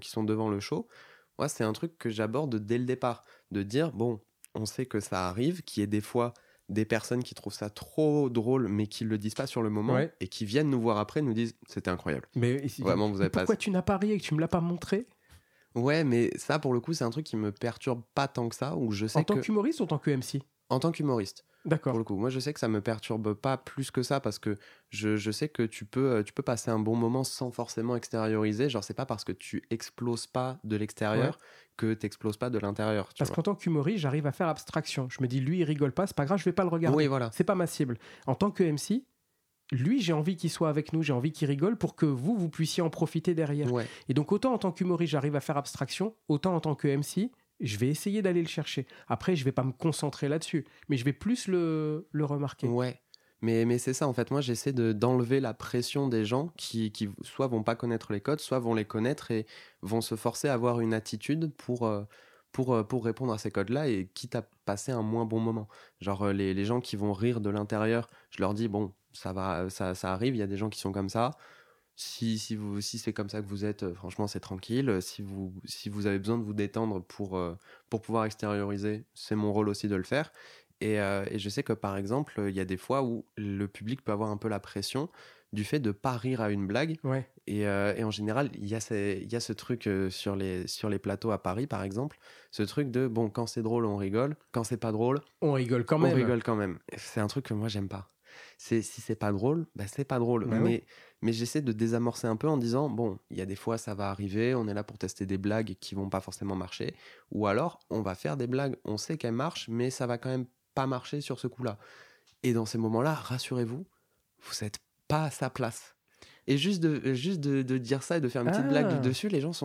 le show. Moi, c'est un truc que j'aborde dès le départ. De dire, bon, on sait que ça arrive, qu'il y ait des fois des personnes qui trouvent ça trop drôle, mais qui le disent pas sur le moment, Ouais. et qui viennent nous voir après, nous disent, c'était incroyable. Mais Vraiment, vous avez pas... pourquoi tu n'as pas ri et que tu me l'as pas montré? Ouais, mais ça, pour le coup, c'est un truc qui me perturbe pas tant que ça, où je sais En tant que... qu'humoriste ou en tant que MC? En tant qu'humoriste. D'accord. Pour le coup, moi je sais que ça me perturbe pas plus que ça parce que je sais que tu peux passer un bon moment sans forcément extérioriser. Genre, c'est pas parce que tu exploses pas de l'extérieur que t'exploses pas de l'intérieur. Parce qu'en tant qu'humoriste, j'arrive à faire abstraction. Je me dis, lui, il rigole pas, c'est pas grave, je vais pas le regarder. Oui, voilà. C'est pas ma cible. En tant que MC, lui, j'ai envie qu'il soit avec nous, j'ai envie qu'il rigole pour que vous puissiez en profiter derrière. Ouais. Et donc, autant en tant qu'humoriste, j'arrive à faire abstraction, autant en tant que MC, je vais essayer d'aller le chercher. Après, je vais pas me concentrer là-dessus, mais je vais plus le remarquer. Ouais. Mais c'est ça, en fait. Moi, j'essaie d'enlever la pression des gens qui soit vont pas connaître les codes, soit vont les connaître et vont se forcer à avoir une attitude pour répondre à ces codes-là et quitte à passer un moins bon moment. Genre, les gens qui vont rire de l'intérieur, je leur dis, bon, ça va, ça arrive, il y a des gens qui sont comme ça. Si c'est comme ça que vous êtes, franchement, c'est tranquille. Si vous avez besoin de vous détendre pour pouvoir extérioriser, c'est mon rôle aussi de le faire. Et je sais que, par exemple, il y a des fois où le public peut avoir un peu la pression du fait de ne pas rire à une blague. Ouais. Et en général, il y a ce truc sur les plateaux à Paris, par exemple, ce truc de, bon, quand c'est drôle, on rigole. Quand c'est pas drôle, On rigole quand on même. rigole quand même. C'est un truc que moi, j'aime pas. Si c'est pas drôle, c'est pas drôle. Bah oui. Mais j'essaie de désamorcer un peu en disant, bon, il y a des fois ça va arriver, on est là pour tester des blagues qui vont pas forcément marcher. Ou alors, on va faire des blagues, on sait qu'elles marchent, mais ça va quand même pas marcher sur ce coup-là. Et dans ces moments-là, rassurez-vous, vous n'êtes pas à sa place. Et juste de dire ça et de faire une petite blague dessus, les gens sont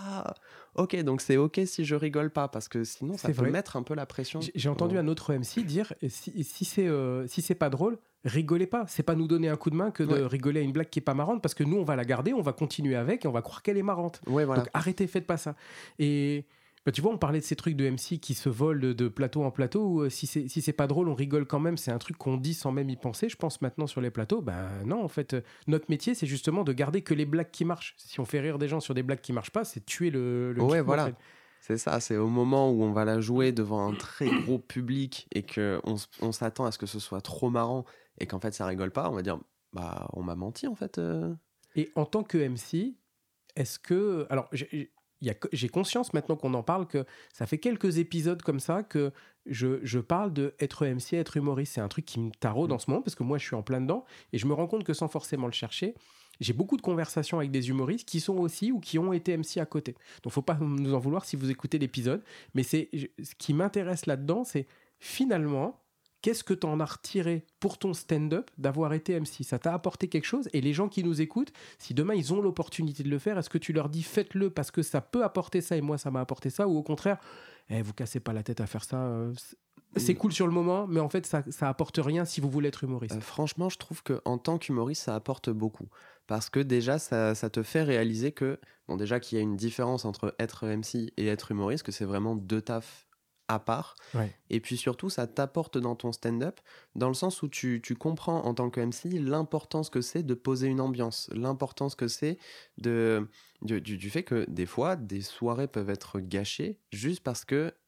ok, donc c'est ok si je rigole pas, parce que sinon ça peut mettre un peu la pression. J'ai entendu un autre MC dire si c'est pas drôle, rigolez pas. C'est pas nous donner un coup de main que de rigoler à une blague qui est pas marrante, parce que nous on va la garder, on va continuer avec et on va croire qu'elle est marrante. Ouais, voilà. Donc arrêtez, faites pas ça. Et tu vois, on parlait de ces trucs de MC qui se volent de plateau en plateau, où si c'est pas drôle, on rigole quand même. C'est un truc qu'on dit sans même y penser. Je pense maintenant sur les plateaux, non, en fait, notre métier, c'est justement de garder que les blagues qui marchent. Si on fait rire des gens sur des blagues qui marchent pas, c'est tuer le ouais, truc, voilà. en fait. C'est ça, c'est au moment où on va la jouer devant un très gros public et qu'on s'attend à ce que ce soit trop marrant et qu'en fait ça rigole pas, on va dire, on m'a menti en fait. Et en tant que MC, est-ce que... Alors, j'ai conscience maintenant qu'on en parle que ça fait quelques épisodes comme ça que je parle de être MC, être humoriste. C'est un truc qui me taraude en ce moment parce que moi je suis en plein dedans et je me rends compte que sans forcément le chercher, j'ai beaucoup de conversations avec des humoristes qui sont aussi ou qui ont été MC à côté. Donc faut pas nous en vouloir si vous écoutez l'épisode, mais ce qui m'intéresse là-dedans, c'est finalement... Qu'est-ce que tu en as retiré pour ton stand-up d'avoir été MC? Ça t'a apporté quelque chose? Et les gens qui nous écoutent, si demain ils ont l'opportunité de le faire, est-ce que tu leur dis faites-le parce que ça peut apporter ça et moi ça m'a apporté ça? Ou au contraire, vous cassez pas la tête à faire ça, c'est cool sur le moment, mais en fait ça apporte rien si vous voulez être humoriste? Franchement, je trouve qu'en tant qu'humoriste, ça apporte beaucoup. Parce que déjà, ça te fait réaliser que, bon, déjà qu'il y a une différence entre être MC et être humoriste, que c'est vraiment deux tafs à part. Ouais. Et puis surtout, ça t'apporte dans ton stand-up, dans le sens où tu comprends en tant que MC l'importance que c'est de poser une ambiance, l'importance que c'est du fait que des fois, des soirées peuvent être gâchées juste parce que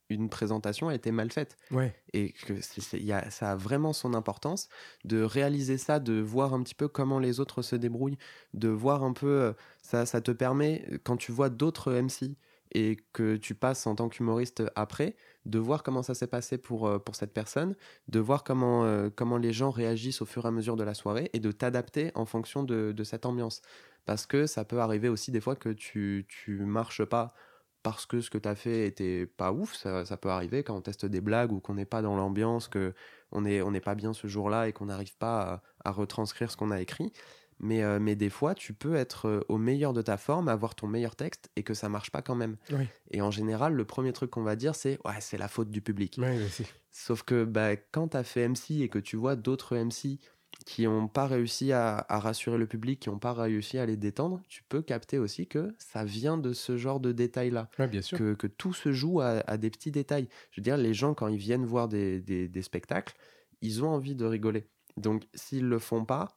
une présentation a été mal faite. Ouais. Et que ça a vraiment son importance de réaliser ça, de voir un petit peu comment les autres se débrouillent, de voir un peu, ça te permet, quand tu vois d'autres MC et que tu passes en tant qu'humoriste après, de voir comment ça s'est passé pour cette personne, de voir comment les gens réagissent au fur et à mesure de la soirée et de t'adapter en fonction de cette ambiance. Parce que ça peut arriver aussi des fois que tu marches pas parce que ce que tu as fait était pas ouf. Ça peut arriver quand on teste des blagues ou qu'on n'est pas dans l'ambiance, qu'on n'est pas bien ce jour-là et qu'on n'arrive pas à retranscrire ce qu'on a écrit. Mais des fois, tu peux être au meilleur de ta forme, avoir ton meilleur texte et que ça marche pas quand même. Oui. Et en général, le premier truc qu'on va dire, c'est « Ouais, c'est la faute du public. » Ouais, aussi. Sauf que quand tu as fait MC et que tu vois d'autres MC qui n'ont pas réussi à rassurer le public, qui n'ont pas réussi à les détendre, tu peux capter aussi que ça vient de ce genre de détails-là. Ouais, bien sûr. Que tout se joue à des petits détails. Je veux dire, les gens, quand ils viennent voir des spectacles, ils ont envie de rigoler. Donc, s'ils le font pas,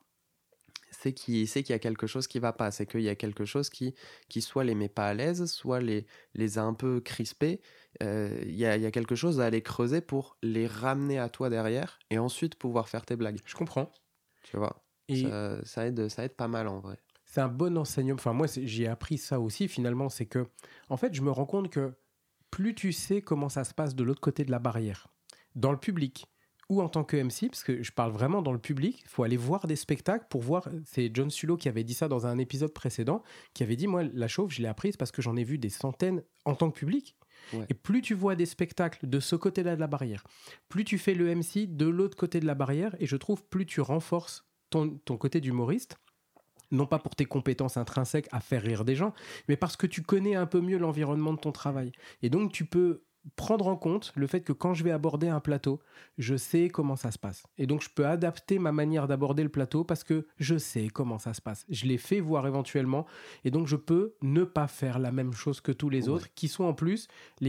c'est qu'il y a quelque chose qui va pas. C'est qu'il y a quelque chose qui soit les met pas à l'aise, soit les a un peu crispés. Il y a quelque chose à aller creuser pour les ramener à toi derrière et ensuite pouvoir faire tes blagues. Je comprends. Tu vois, Et ça aide pas mal en vrai. c'est un bon enseignement. Enfin, moi, j'ai appris ça aussi, finalement. C'est que, en fait, je me rends compte que plus tu sais comment ça se passe de l'autre côté de la barrière, dans le public ou en tant que MC, parce que je parle vraiment dans le public, il faut aller voir des spectacles pour voir. C'est John Sulo qui avait dit ça dans un épisode précédent, qui avait dit, moi, la chauve, je l'ai apprise parce que j'en ai vu des centaines en tant que public. Ouais. Et plus tu vois des spectacles de ce côté-là de la barrière, plus tu fais le MC de l'autre côté de la barrière, et je trouve plus tu renforces ton côté d'humoriste, non pas pour tes compétences intrinsèques à faire rire des gens, mais parce que tu connais un peu mieux l'environnement de ton travail. Et donc tu peux prendre en compte le fait que quand je vais aborder un plateau, je sais comment ça se passe. Et donc je peux adapter ma manière d'aborder le plateau parce que je sais comment ça se passe. Je l'ai fait voir éventuellement, et donc je peux ne pas faire la même chose que tous les autres, qui sont en plus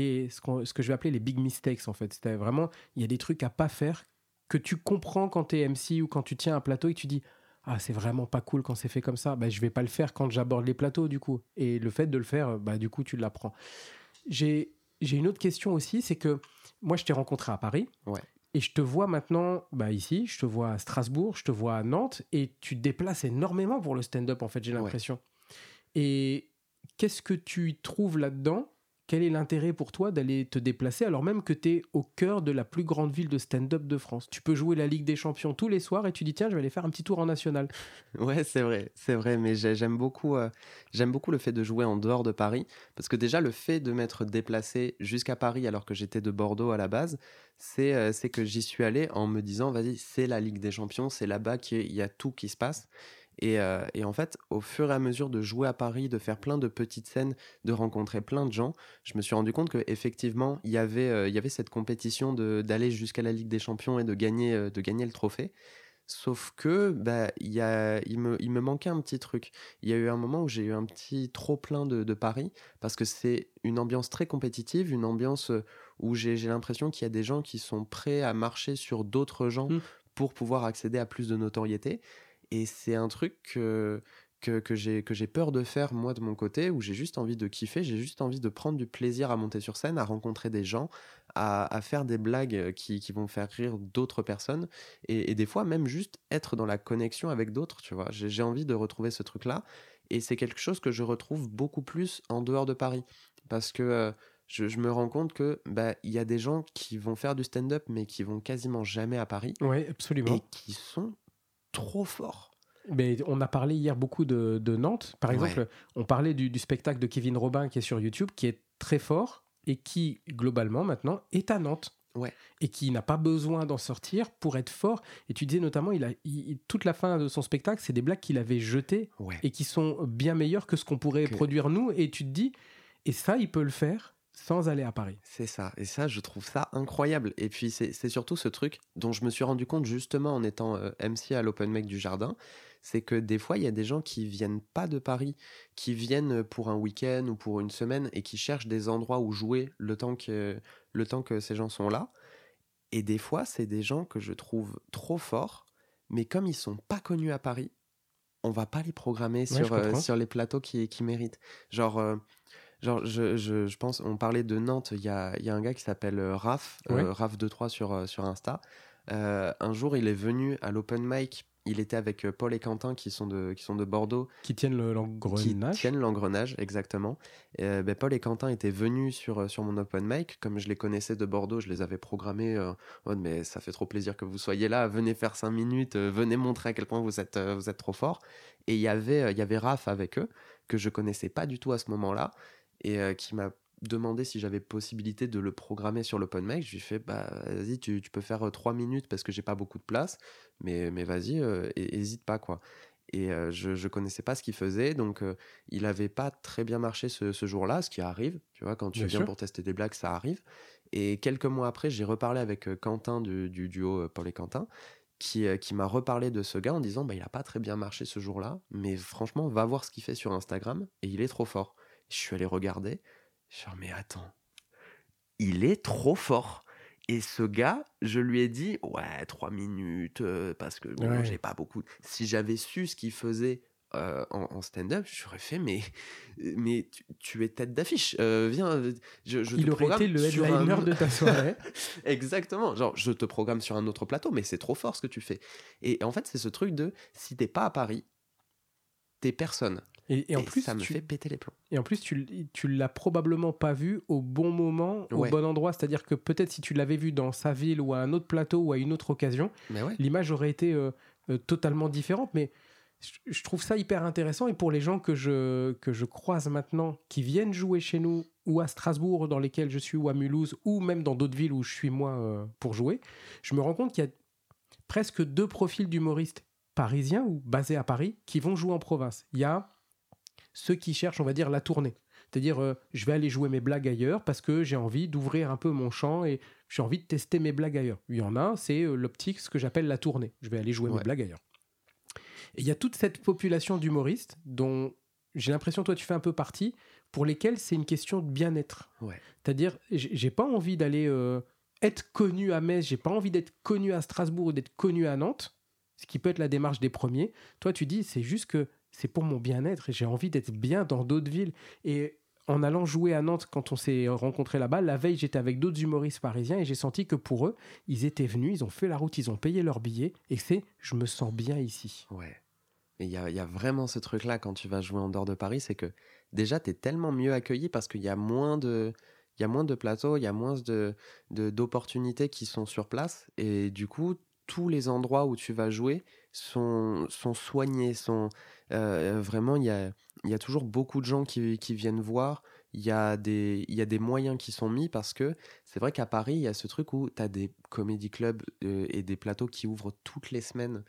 ce que je vais appeler les big mistakes en fait. C'est vraiment, il y a des trucs à pas faire que tu comprends quand tu es MC ou quand tu tiens un plateau et que tu dis « Ah, c'est vraiment pas cool quand c'est fait comme ça. » Je vais pas le faire quand j'aborde les plateaux, du coup. Et le fait de le faire, du coup, tu l'apprends. J'ai une autre question aussi, c'est que moi, je t'ai rencontré à Paris. Ouais. Et je te vois maintenant ici, je te vois à Strasbourg, je te vois à Nantes, et tu te déplaces énormément pour le stand-up, en fait, j'ai l'impression. Ouais. Et qu'est-ce que tu y trouves là-dedans ? Quel est l'intérêt pour toi d'aller te déplacer alors même que tu es au cœur de la plus grande ville de stand-up de France ? Tu peux jouer la Ligue des Champions tous les soirs et tu dis tiens, je vais aller faire un petit tour en national. Ouais, c'est vrai, mais j'aime beaucoup le fait de jouer en dehors de Paris, parce que déjà le fait de m'être déplacé jusqu'à Paris alors que j'étais de Bordeaux à la base, c'est que j'y suis allé en me disant vas-y, c'est la Ligue des Champions, c'est là-bas qu'il y a tout qui se passe. Et en fait, au fur et à mesure de jouer à Paris, de faire plein de petites scènes, de rencontrer plein de gens, je me suis rendu compte qu'effectivement, il y avait cette compétition d'aller jusqu'à la Ligue des Champions et de gagner le trophée. Sauf que il me manquait un petit truc. Il y a eu un moment où j'ai eu un petit trop-plein de Paris, parce que c'est une ambiance très compétitive, une ambiance où j'ai l'impression qu'il y a des gens qui sont prêts à marcher sur d'autres gens pour pouvoir accéder à plus de notoriété. Et c'est un truc que j'ai peur de faire, moi, de mon côté, où j'ai juste envie de kiffer, j'ai juste envie de prendre du plaisir à monter sur scène, à rencontrer des gens, à faire des blagues qui vont faire rire d'autres personnes, et des fois même juste être dans la connexion avec d'autres, tu vois. J'ai envie de retrouver ce truc-là, et c'est quelque chose que je retrouve beaucoup plus en dehors de Paris, parce que je me rends compte que y a des gens qui vont faire du stand-up, mais qui vont quasiment jamais à Paris. Oui, absolument. Et qui sont trop fort. Mais on a parlé hier beaucoup de Nantes. Par exemple, on parlait du spectacle de Kevin Robin qui est sur YouTube, qui est très fort et qui, globalement, maintenant, est à Nantes. Ouais. Et qui n'a pas besoin d'en sortir pour être fort. Et tu disais notamment, toute la fin de son spectacle, c'est des blagues qu'il avait jetées et qui sont bien meilleures que ce qu'on pourrait produire nous. Et tu te dis, et ça, il peut le faire sans aller à Paris. C'est ça. Et ça, je trouve ça incroyable. Et puis, c'est surtout ce truc dont je me suis rendu compte justement en étant MC à l'Open Mic du Jardin. C'est que des fois, il y a des gens qui viennent pas de Paris, qui viennent pour un week-end ou pour une semaine et qui cherchent des endroits où jouer le temps que ces gens sont là. Et des fois, c'est des gens que je trouve trop forts, mais comme ils sont pas connus à Paris, on va pas les programmer sur les plateaux qui méritent. Genre... Genre, je pense, on parlait de Nantes, il y a un gars qui s'appelle Raph, Ouais. Raph23 sur Insta. Un jour, il est venu à l'open mic. Il était avec Paul et Quentin qui sont de Bordeaux, Qui tiennent qui l'engrenage. tiennent l'engrenage, exactement. Paul et Quentin étaient venus sur mon open mic. Comme je les connaissais de Bordeaux, je les avais programmés. En mode, mais ça fait trop plaisir que vous soyez là. Venez faire 5 minutes. Venez montrer à quel point vous êtes trop fort. Et il y avait Raph avec eux, que je connaissais pas du tout à ce moment-là, et qui m'a demandé si j'avais possibilité de le programmer sur l'open mic. Je lui ai fait, bah vas-y, tu peux faire 3 minutes parce que j'ai pas beaucoup de place, mais vas-y, hésite pas, quoi. Et je connaissais pas ce qu'il faisait, donc il avait pas très bien marché ce jour-là, ce qui arrive, tu vois, quand tu Bien viens sûr. pour tester des blagues, ça arrive. Et quelques mois après, j'ai reparlé avec Quentin du duo Paul et Quentin, qui m'a reparlé de ce gars en disant, bah il a pas très bien marché ce jour-là, mais franchement, va voir ce qu'il fait sur Instagram, et il est trop fort. Je suis allé regarder, je suis dit, mais attends, il est trop fort. Et ce gars, je lui ai dit, ouais, 3 minutes, parce que bon, Ouais. j'ai pas beaucoup. Si j'avais su ce qu'il faisait en stand-up, j'aurais fait, mais tu es tête d'affiche. Viens, je te Il aurait programme été le sur headliner de ta soirée. Exactement. Genre, je te programme sur un autre plateau, mais c'est trop fort ce que tu fais. Et en fait, c'est ce truc de, si t'es pas à Paris, t'es personne. Et en plus, ça me fait péter les plombs. Et en plus, tu l'as probablement pas vu au bon moment, au Ouais. bon endroit. C'est-à-dire que peut-être si tu l'avais vu dans sa ville ou à un autre plateau ou à une autre occasion, Mais ouais. l'image aurait été totalement différente. Mais je trouve ça hyper intéressant. Et pour les gens que je croise maintenant, qui viennent jouer chez nous, ou à Strasbourg, dans lesquels je suis, ou à Mulhouse, ou même dans d'autres villes où je suis moi pour jouer, je me rends compte qu'il y a presque 2 profils d'humoristes parisiens ou basés à Paris qui vont jouer en province. Il y a ceux qui cherchent, on va dire, la tournée. C'est-à-dire, je vais aller jouer mes blagues ailleurs parce que j'ai envie d'ouvrir un peu mon champ et j'ai envie de tester mes blagues ailleurs. Il y en a, c'est l'optique, ce que j'appelle la tournée. Je vais aller jouer mes blagues ailleurs. Et il y a toute cette population d'humoristes dont j'ai l'impression, toi, tu fais un peu partie, pour lesquels c'est une question de bien-être. Ouais. C'est-à-dire, j'ai pas envie d'aller être connu à Metz, j'ai pas envie d'être connu à Strasbourg ou d'être connu à Nantes, ce qui peut être la démarche des premiers. Toi, tu dis, c'est juste que c'est pour mon bien-être et j'ai envie d'être bien dans d'autres villes. Et en allant jouer à Nantes, quand on s'est rencontrés là-bas, la veille, j'étais avec d'autres humoristes parisiens et j'ai senti que pour eux, ils étaient venus, ils ont fait la route, ils ont payé leur billet et c'est « je me sens bien ici ». Ouais. Et il y a vraiment ce truc-là quand tu vas jouer en dehors de Paris, c'est que déjà, tu es tellement mieux accueilli parce qu'il y a moins de plateaux, il y a moins d'opportunités qui sont sur place. Et du coup, tous les endroits où tu vas jouer sont soignés. Vraiment, il y a toujours beaucoup de gens qui viennent voir. Il y a des moyens qui sont mis parce que c'est vrai qu'à Paris, il y a ce truc où tu as des comédie clubs et des plateaux qui ouvrent toutes les semaines.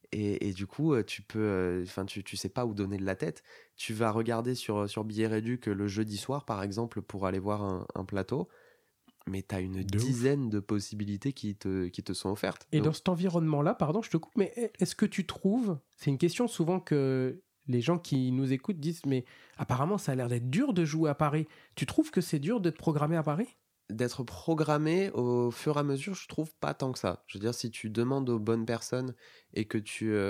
Et du coup, tu peux, tu sais pas où donner de la tête. Tu vas regarder sur Billet Réduc le jeudi soir, par exemple, pour aller voir un plateau, mais tu as une dizaine de possibilités qui te sont offertes. Et Donc, dans cet environnement-là, pardon, je te coupe, mais est-ce que tu trouves, c'est une question souvent que les gens qui nous écoutent disent, mais apparemment ça a l'air d'être dur de jouer à Paris. Tu trouves que c'est dur d'être programmé à Paris ? d'être programmé au fur et à mesure, je trouve pas tant que ça. Je veux dire, si tu demandes aux bonnes personnes et que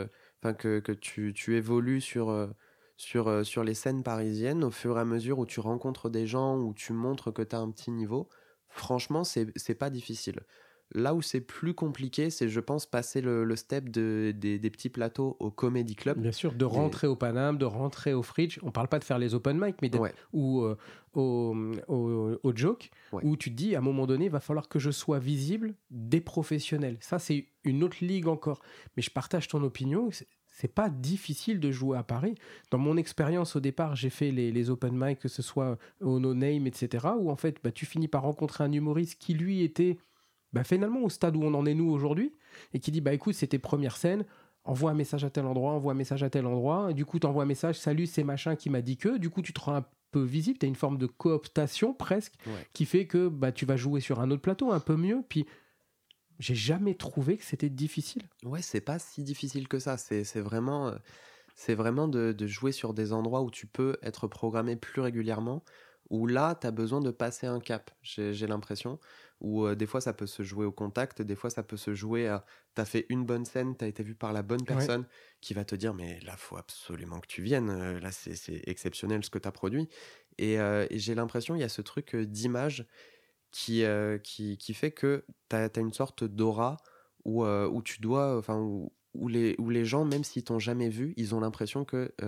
tu évolues sur les scènes parisiennes, au fur et à mesure où tu rencontres des gens, où tu montres que tu as un petit niveau, franchement, c'est pas difficile. Là où c'est plus compliqué, c'est, je pense, passer le step des petits plateaux au Comedy Club. Bien sûr, de rentrer au Paname, de rentrer au Fridge. On parle pas de faire les open mic, mais ou au Joke, où tu te dis, à un moment donné, il va falloir que je sois visible des professionnels. Ça, c'est une autre ligue encore. Mais je partage ton opinion. C'est pas difficile de jouer à Paris. Dans mon expérience, au départ, j'ai fait les open mic, que ce soit au No Name, etc., où en fait, tu finis par rencontrer un humoriste qui, lui, était... finalement au stade où on en est nous aujourd'hui, et qui dit écoute, c'est tes premières scènes, envoie un message à tel endroit, envoie un message à tel endroit, et du coup t'envoies un message, salut, c'est machin qui m'a dit que, du coup tu te rends un peu visible, t'as une forme de cooptation presque, qui fait que tu vas jouer sur un autre plateau un peu mieux, puis j'ai jamais trouvé que c'était difficile. Ouais, c'est pas si difficile que ça, c'est vraiment de jouer sur des endroits où tu peux être programmé plus régulièrement, où là, tu as besoin de passer un cap, j'ai l'impression, où des fois, ça peut se jouer au contact, des fois, ça peut se jouer à... Tu as fait une bonne scène, tu as été vu par la bonne personne qui va te dire « mais là, faut absolument que tu viennes, là, c'est exceptionnel ce que tu as produit ». Et j'ai l'impression qu'il y a ce truc d'image qui fait que t'as une sorte d'aura où tu dois, enfin, où les gens, même s'ils t'ont jamais vu, ils ont l'impression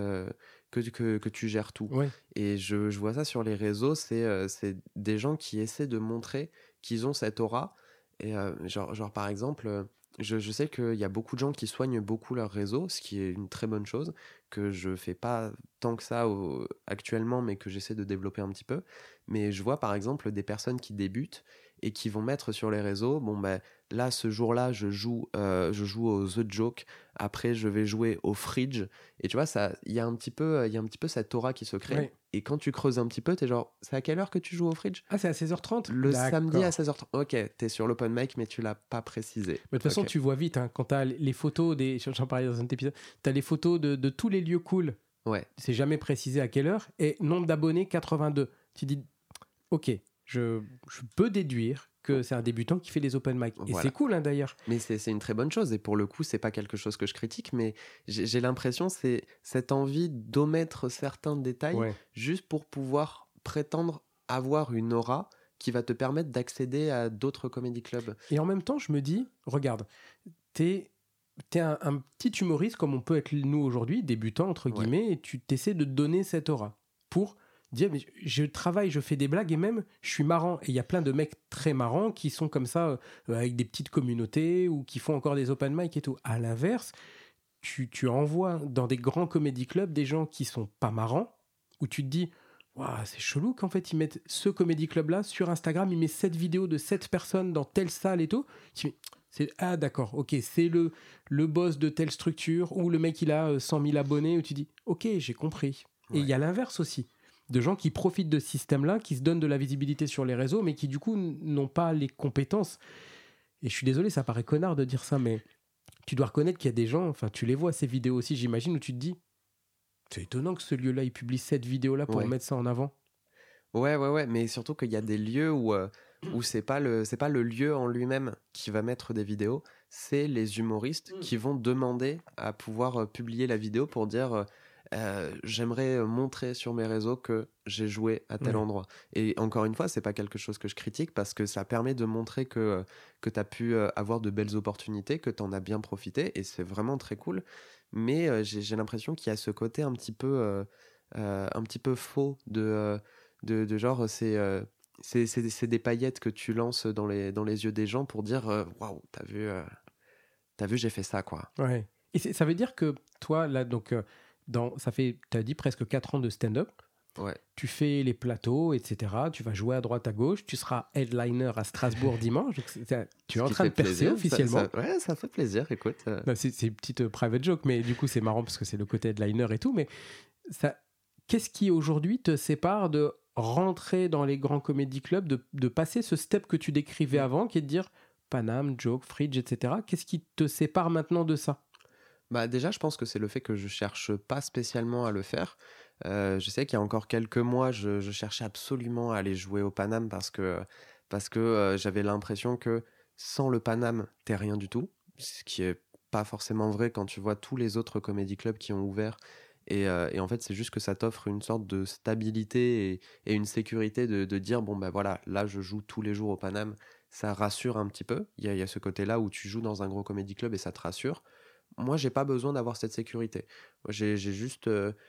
que tu gères tout. Ouais. Et je vois ça sur les réseaux, c'est des gens qui essaient de montrer qu'ils ont cette aura. Et genre par exemple, je sais qu'il y a beaucoup de gens qui soignent beaucoup leur réseau, ce qui est une très bonne chose, que je fais pas tant que ça actuellement, mais que j'essaie de développer un petit peu. Mais je vois par exemple des personnes qui débutent et qui vont mettre sur les réseaux, bon ben là ce jour-là je joue au The Joke, après je vais jouer au Fridge, et tu vois ça, il y a un petit peu cette aura qui se crée. Ouais. Et quand tu creuses un petit peu, t'es genre, c'est à quelle heure que tu joues au Fridge? Ah, c'est à 16h30? Le D'accord. samedi à 16h30. Ok, t'es sur l'open mic, mais tu l'as pas précisé. Mais de toute façon, Ok. tu vois vite, hein, quand t'as les photos j'en parlais dans un autre épisode, t'as les photos de tous les lieux cool. Ouais, C'est jamais précisé à quelle heure. Et nombre d'abonnés, 82. Tu dis, ok, je peux déduire que c'est un débutant qui fait les open mic. Et Voilà. c'est cool, hein, d'ailleurs. mais c'est une très bonne chose. Et pour le coup, c'est pas quelque chose que je critique, mais j'ai l'impression c'est cette envie d'omettre certains détails Ouais. juste pour pouvoir prétendre avoir une aura qui va te permettre d'accéder à d'autres comedy clubs. Et en même temps, je me dis, regarde, t'es un petit humoriste comme on peut être nous aujourd'hui, débutant entre Ouais. guillemets, et tu t'essaies de donner cette aura pour dire, mais je travaille, je fais des blagues et même je suis marrant. Et il y a plein de mecs très marrants qui sont comme ça, avec des petites communautés ou qui font encore des open mic et tout. À l'inverse, tu envoies dans des grands comédie clubs des gens qui sont pas marrants, où tu te dis, waouh, c'est chelou qu'en fait ils mettent ce comédie club là sur Instagram, ils mettent 7 vidéos de 7 personnes dans telle salle et tout. Tu dis, ah d'accord, ok, c'est le boss de telle structure, ou le mec il a 100 000 abonnés, où tu dis, ok, j'ai compris. Et il y a l'inverse aussi, de gens qui profitent de ce système-là, qui se donnent de la visibilité sur les réseaux, mais qui du coup n'ont pas les compétences. Et je suis désolé, ça paraît connard de dire ça, mais tu dois reconnaître qu'il y a des gens, enfin tu les vois ces vidéos aussi, j'imagine, où tu te dis, c'est étonnant que ce lieu-là, il publie cette vidéo-là pour Ouais. mettre ça en avant. Ouais, mais surtout qu'il y a des lieux où c'est pas le lieu en lui-même qui va mettre des vidéos, c'est les humoristes qui vont demander à pouvoir publier la vidéo pour dire j'aimerais montrer sur mes réseaux que j'ai joué à tel Ouais. endroit. Et encore une fois, c'est pas quelque chose que je critique parce que ça permet de montrer que t'as pu avoir de belles opportunités, que t'en as bien profité, et c'est vraiment très cool. Mais j'ai l'impression qu'il y a ce côté un petit peu faux de genre c'est des paillettes que tu lances dans les yeux des gens pour dire waouh, t'as vu j'ai fait ça quoi. Ouais. Et ça veut dire que toi, là, donc, ça fait, tu as dit, presque 4 ans de stand-up. Ouais. Tu fais les plateaux, etc. Tu vas jouer à droite, à gauche. Tu seras headliner à Strasbourg dimanche. Donc tu es en Ce qui train de fait percer plaisir, officiellement. ouais, ça fait plaisir, écoute. Non, c'est une petite private joke, mais du coup, c'est marrant parce que c'est le côté headliner et tout. Mais qu'est-ce qui aujourd'hui te sépare de rentrer dans les grands comédie clubs, de passer ce step que tu décrivais avant, qui est de dire Paname, Joke, Fridge, etc. Qu'est-ce qui te sépare maintenant de ça? Bah déjà, je pense que c'est le fait que je cherche pas spécialement à le faire. Je sais qu'il y a encore quelques mois, je cherchais absolument à aller jouer au Paname parce que j'avais l'impression que sans le Paname, t'es rien du tout. Ce qui est pas forcément vrai quand tu vois tous les autres comédie clubs qui ont ouvert. Et en fait, c'est juste que ça t'offre une sorte de stabilité et une sécurité de dire, bon ben voilà, là je joue tous les jours au Paname. Ça rassure un petit peu. Il y a ce côté-là où tu joues dans un gros comédie club et ça te rassure. Moi, j'ai pas besoin d'avoir cette sécurité. Moi, j'ai juste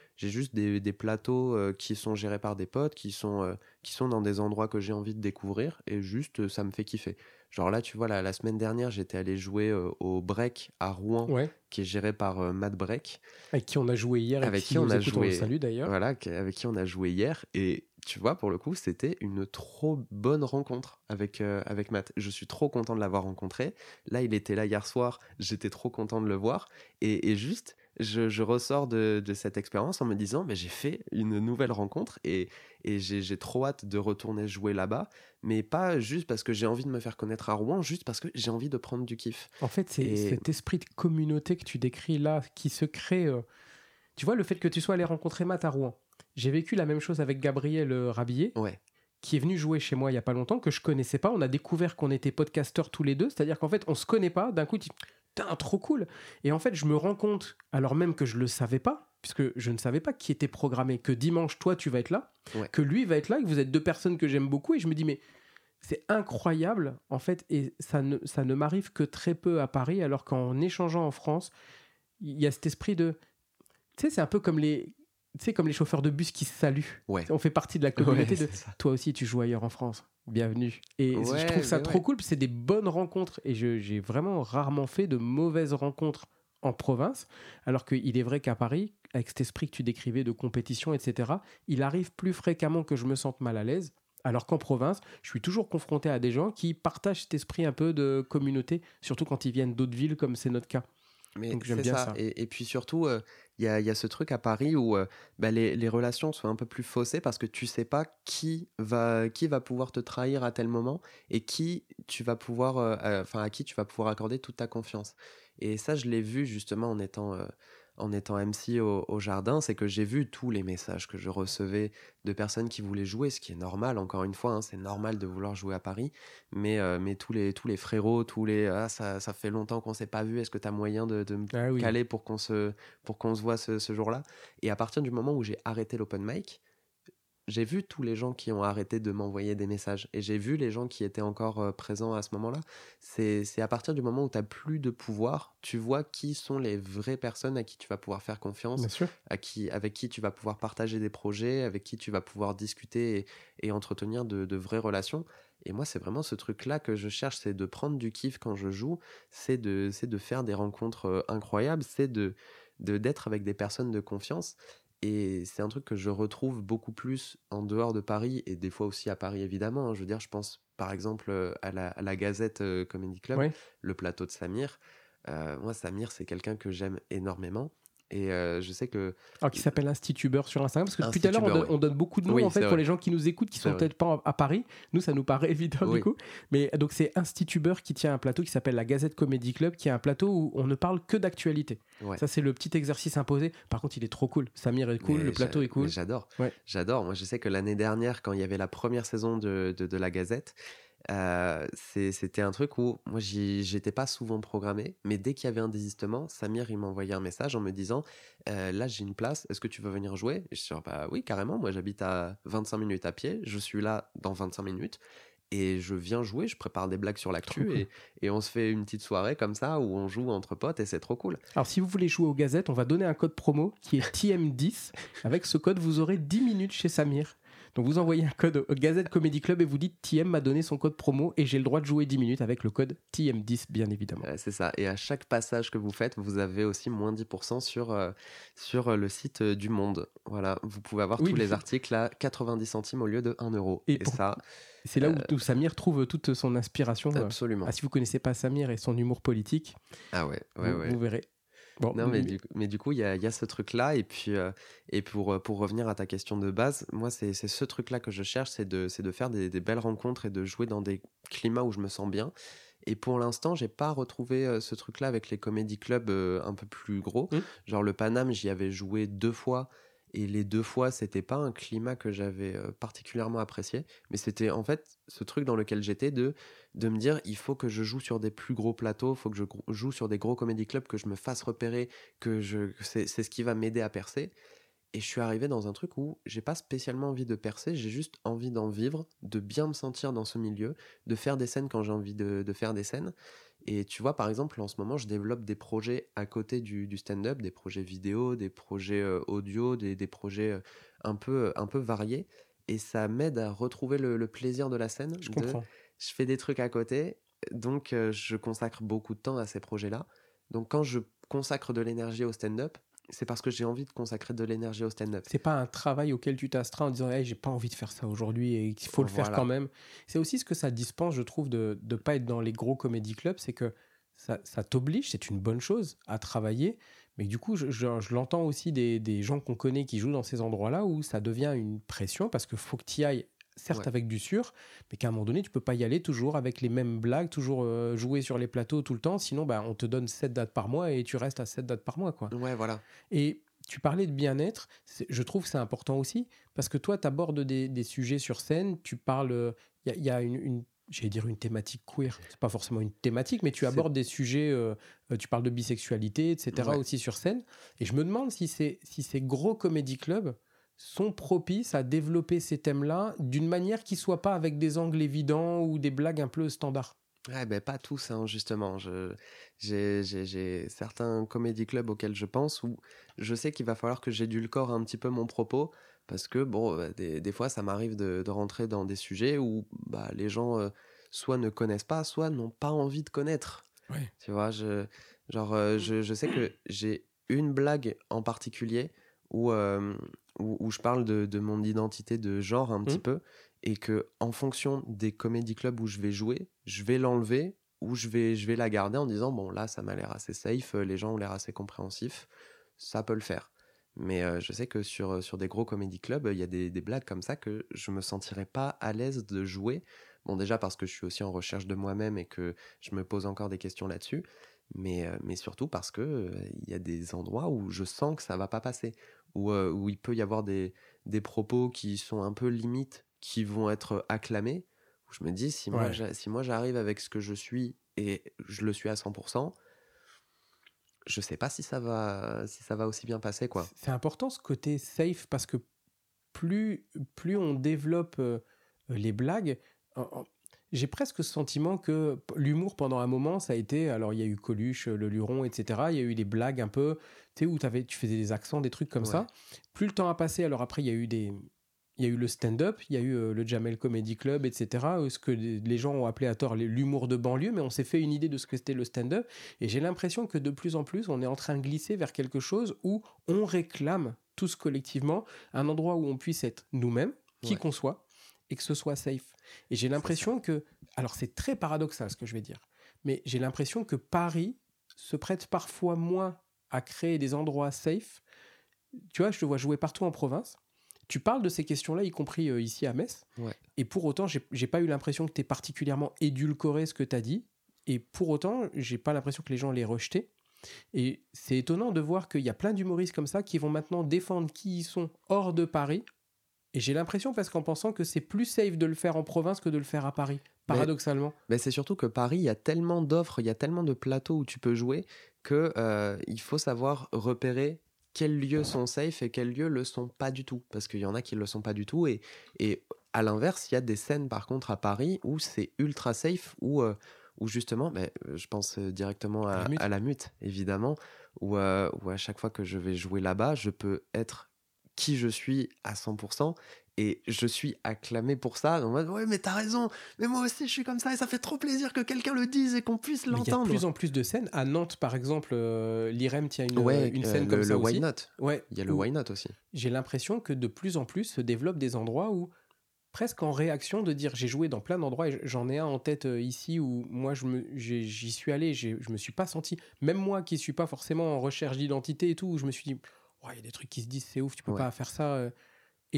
des plateaux qui sont gérés par des potes, qui sont dans des endroits que j'ai envie de découvrir, et juste ça me fait kiffer. Genre là, tu vois, la semaine dernière, j'étais allé jouer au Break à Rouen, Ouais. qui est géré par Matt Break. Avec qui on a joué hier. Avec et qui on a nous écoute, joué. On le salue d'ailleurs. Voilà, avec qui on a joué hier. Et tu vois, pour le coup, c'était une trop bonne rencontre avec Matt. Je suis trop content de l'avoir rencontré. Là, il était là hier soir. J'étais trop content de le voir. Et juste, je ressors de cette expérience en me disant, mais j'ai fait une nouvelle rencontre et j'ai trop hâte de retourner jouer là-bas. Mais pas juste parce que j'ai envie de me faire connaître à Rouen, juste parce que j'ai envie de prendre du kiff. En fait, c'est cet esprit de communauté que tu décris là, qui se crée. Tu vois, le fait que tu sois allé rencontrer Matt à Rouen. J'ai vécu la même chose avec Gabriel Rabillet, Ouais. qui est venu jouer chez moi il y a pas longtemps, que je connaissais pas. On a découvert qu'on était podcasteurs tous les deux, c'est-à-dire qu'en fait, on se connaît pas. D'un coup, tu dis, putain, trop cool. Et en fait, je me rends compte, alors même que je le savais pas, puisque je ne savais pas qui était programmé, que dimanche, toi, tu vas être là, Ouais. que lui va être là, que vous êtes deux personnes que j'aime beaucoup, et je me dis, mais c'est incroyable, en fait, et ça ne m'arrive que très peu à Paris, alors qu'en échangeant en France, il y a cet esprit de... Tu sais, c'est un peu comme les... Tu sais, comme les chauffeurs de bus qui se saluent. Ouais. On fait partie de la communauté Ouais, de c'est ça. toi aussi tu joues ailleurs en France, bienvenue. Et Ouais, je trouve ça mais trop ouais. cool, c'est des bonnes rencontres. Et j'ai vraiment rarement fait de mauvaises rencontres en province, alors qu'il est vrai qu'à Paris, avec cet esprit que tu décrivais de compétition, etc., il arrive plus fréquemment que je me sente mal à l'aise. Alors qu'en province, je suis toujours confronté à des gens qui partagent cet esprit un peu de communauté, surtout quand ils viennent d'autres villes, comme c'est notre cas. Mais Donc j'aime c'est bien ça. ça. Et puis surtout, il y a ce truc à Paris où les relations sont un peu plus faussées parce que tu sais pas qui va pouvoir te trahir à tel moment et qui tu vas pouvoir, à qui tu vas pouvoir accorder toute ta confiance. Et ça, je l'ai vu justement en étant MC au jardin, c'est que j'ai vu tous les messages que je recevais de personnes qui voulaient jouer, ce qui est normal, encore une fois, hein, c'est normal de vouloir jouer à Paris, mais tous les frérots, ça fait longtemps qu'on s'est pas vu, est-ce que tu as moyen de me Ah oui. caler pour qu'on se voit ce jour-là? Et à partir du moment où j'ai arrêté l'open mic, j'ai vu tous les gens qui ont arrêté de m'envoyer des messages et j'ai vu les gens qui étaient encore présents à ce moment-là. C'est à partir du moment où tu n'as plus de pouvoir, tu vois qui sont les vraies personnes à qui tu vas pouvoir faire confiance, Bien sûr. avec qui tu vas pouvoir partager des projets, avec qui tu vas pouvoir discuter et entretenir de vraies relations. Et moi, c'est vraiment ce truc-là que je cherche, c'est de prendre du kiff quand je joue, c'est de faire des rencontres incroyables, c'est d'être avec des personnes de confiance. Et c'est un truc que je retrouve beaucoup plus en dehors de Paris et des fois aussi à Paris évidemment, hein. Je veux dire, je pense par exemple à la Gazette Comedy Club, Ouais. le plateau de Samir. Moi, Samir, c'est quelqu'un que j'aime énormément. Et je sais que... Alors qui s'appelle Institubeur sur Instagram, parce que depuis tout à l'heure Institubeur, ouais. on donne beaucoup de noms Oui, en fait c'est pour vrai. les gens qui nous écoutent, qui C'est sont vrai. peut-être pas à Paris. Nous, ça nous paraît évident Oui. du coup. Mais donc c'est Institubeur qui tient un plateau qui s'appelle la Gazette Comedy Club, qui est un plateau où on ne parle que d'actualité. Ouais. Ça, c'est le petit exercice imposé. Par contre, il est trop cool. Samir est cool, Mais le plateau est cool. mais j'adore. Ouais. J'adore. Moi, je sais que l'année dernière, quand il y avait la première saison de la Gazette, c'était un truc où moi, j'étais pas souvent programmé, mais dès qu'il y avait un désistement, Samir, il m'envoyait un message en me disant là, j'ai une place, est-ce que tu veux venir jouer? Et je suis bah oui, carrément. Moi, j'habite à 25 minutes à pied, je suis là dans 25 minutes. Et je viens jouer, je prépare des blagues sur l'actu Trop cool. et on se fait une petite soirée comme ça où on joue entre potes et c'est trop cool. Alors si vous voulez jouer aux gazettes, on va donner un code promo qui est TM10. Avec ce code, vous aurez 10 minutes chez Samir. Donc vous envoyez un code au Gazette Comedy Club et vous dites TM m'a donné son code promo et j'ai le droit de jouer 10 minutes avec le code TM10 bien évidemment. C'est ça. Et à chaque passage que vous faites, vous avez aussi moins 10% sur le site du Monde. Voilà, vous pouvez avoir Oui, tous mais- les articles à 90 centimes au lieu de 1 euro. Et Et pour- ça, C'est là où Samir trouve toute son inspiration. absolument. Ah, si vous connaissez pas Samir et son humour politique, Ah ouais, vous verrez. Bon, Non, mais du coup, il y a ce truc-là. Et puis, pour revenir à ta question de base, moi, c'est ce truc-là que je cherche, c'est de faire des belles rencontres et de jouer dans des climats où je me sens bien. Et pour l'instant, j'ai pas retrouvé ce truc-là avec les comédie clubs un peu plus gros. Genre le Paname, j'y avais joué 2 fois. Et les 2 fois, c'était pas un climat que j'avais particulièrement apprécié. Mais c'était en fait ce truc dans lequel j'étais de me dire il faut que je joue sur des plus gros plateaux, il faut que je joue sur des gros comédie clubs, que je me fasse repérer, c'est ce qui va m'aider à percer. Et je suis arrivé dans un truc où j'ai pas spécialement envie de percer, j'ai juste envie d'en vivre, de bien me sentir dans ce milieu, de faire des scènes quand j'ai envie de faire des scènes. Et tu vois, par exemple, en ce moment, je développe des projets à côté du stand-up, des projets vidéo, des projets audio, des projets un peu variés. Et ça m'aide à retrouver le plaisir de la scène. je comprends. Je fais des trucs à côté, donc je consacre beaucoup de temps à ces projets-là. Donc quand je consacre de l'énergie au stand-up, c'est parce que j'ai envie de consacrer de l'énergie au stand-up. C'est pas un travail auquel tu t'astreins en disant hey, j'ai pas envie de faire ça aujourd'hui et qu'il faut le faire Voilà. quand même. C'est aussi ce que ça dispense, je trouve, de pas être dans les gros comédie clubs, c'est que ça t'oblige, c'est une bonne chose à travailler, mais du coup, je l'entends aussi des gens qu'on connaît qui jouent dans ces endroits-là où ça devient une pression parce qu'il faut que tu y ailles, certes Ouais. avec du sûr, mais qu'à un moment donné, tu peux pas y aller toujours avec les mêmes blagues, toujours jouer sur les plateaux tout le temps, sinon bah, on te donne 7 dates par mois et tu restes à 7 dates par mois, quoi. Ouais, voilà. Et tu parlais de bien-être, je trouve que c'est important aussi, parce que toi, tu abordes des sujets sur scène, tu parles, il y a j'allais dire une thématique queer. C'est pas forcément une thématique, mais tu C'est- abordes des sujets, tu parles de bisexualité, etc. Ouais. aussi sur scène. Et je me demande si ces gros comédie clubs sont propices à développer ces thèmes-là d'une manière qui soit pas avec des angles évidents ou des blagues un peu standards. Ouais, ben pas tous, hein, justement. J'ai certains comédie clubs auxquels je pense où je sais qu'il va falloir que j'édulcore un petit peu mon propos parce que, bon, des fois, ça m'arrive de rentrer dans des sujets où bah, les gens soit ne connaissent pas, soit n'ont pas envie de connaître. Ouais. Tu vois, je sais que j'ai une blague en particulier où je parle de mon identité de genre un petit peu et que en fonction des comédie clubs où je vais jouer, je vais l'enlever ou je vais la garder en disant bon là ça m'a l'air assez safe, les gens ont l'air assez compréhensifs, ça peut le faire. Mais je sais que sur des gros comédie clubs, il y a des blagues comme ça que je me sentirais pas à l'aise de jouer. Bon déjà parce que je suis aussi en recherche de moi-même et que je me pose encore des questions là-dessus, mais surtout parce que il y a des endroits où je sens que ça va pas passer, où il peut y avoir des propos qui sont un peu limites, qui vont être acclamés, où je me dis, Ouais. si moi j'arrive avec ce que je suis et je le suis à 100%, je sais pas si ça va aussi bien passer, quoi. C'est important ce côté safe parce que plus on développe les blagues, j'ai presque ce sentiment que l'humour pendant un moment ça a été, alors il y a eu Coluche, le Luron, etc. Il y a eu des blagues un peu, tu sais, où tu faisais des accents, des trucs comme Ouais. ça. Plus le temps a passé, alors après il y a eu le stand-up, il y a eu le Jamel Comedy Club, etc. Ce que les gens ont appelé à tort l'humour de banlieue, mais on s'est fait une idée de ce que c'était le stand-up. Et j'ai l'impression que de plus en plus, on est en train de glisser vers quelque chose où on réclame tous collectivement un endroit où on puisse être nous-mêmes, qui Ouais. qu'on soit, et que ce soit safe. Et j'ai l'impression que, alors c'est très paradoxal ce que je vais dire, mais j'ai l'impression que Paris se prête parfois moins à créer des endroits safe. Tu vois, je te vois jouer partout en province. Tu parles de ces questions-là, y compris ici à Metz. Ouais. Et pour autant, j'ai pas eu l'impression que tu aies particulièrement édulcoré ce que tu as dit. Et pour autant, j'ai pas l'impression que les gens l'aient rejeté. Et c'est étonnant de voir qu'il y a plein d'humoristes comme ça qui vont maintenant défendre qui ils sont hors de Paris. Et j'ai l'impression, parce qu'en pensant que c'est plus safe de le faire en province que de le faire à Paris, paradoxalement. Mais c'est surtout que Paris, il y a tellement d'offres, il y a tellement de plateaux où tu peux jouer que il faut savoir repérer quels lieux sont safe et quels lieux le sont pas du tout. Parce qu'il y en a qui le sont pas du tout. Et à l'inverse, il y a des scènes par contre à Paris où c'est ultra safe, où justement, je pense directement à la Mute, évidemment, où à chaque fois que je vais jouer là-bas, je peux être qui je suis à 100%. Et je suis acclamé pour ça. En mode, ouais, mais t'as raison. Mais moi aussi, je suis comme ça. Et ça fait trop plaisir que quelqu'un le dise et qu'on puisse Mais il y a de l'entendre. plus en plus de scènes. À Nantes, par exemple, l'IREM tient une scène comme ça le aussi. Why Not. Ouais, Il y a le Why Not aussi. J'ai l'impression que de plus en plus se développent des endroits où, presque en réaction de dire, j'ai joué dans plein d'endroits, et j'en ai un en tête ici où moi j'y suis allé, je me suis pas senti, même moi qui suis pas forcément en recherche d'identité et tout, où je me suis dit, il y a des trucs qui se disent, c'est ouf, tu peux pas faire ça. Et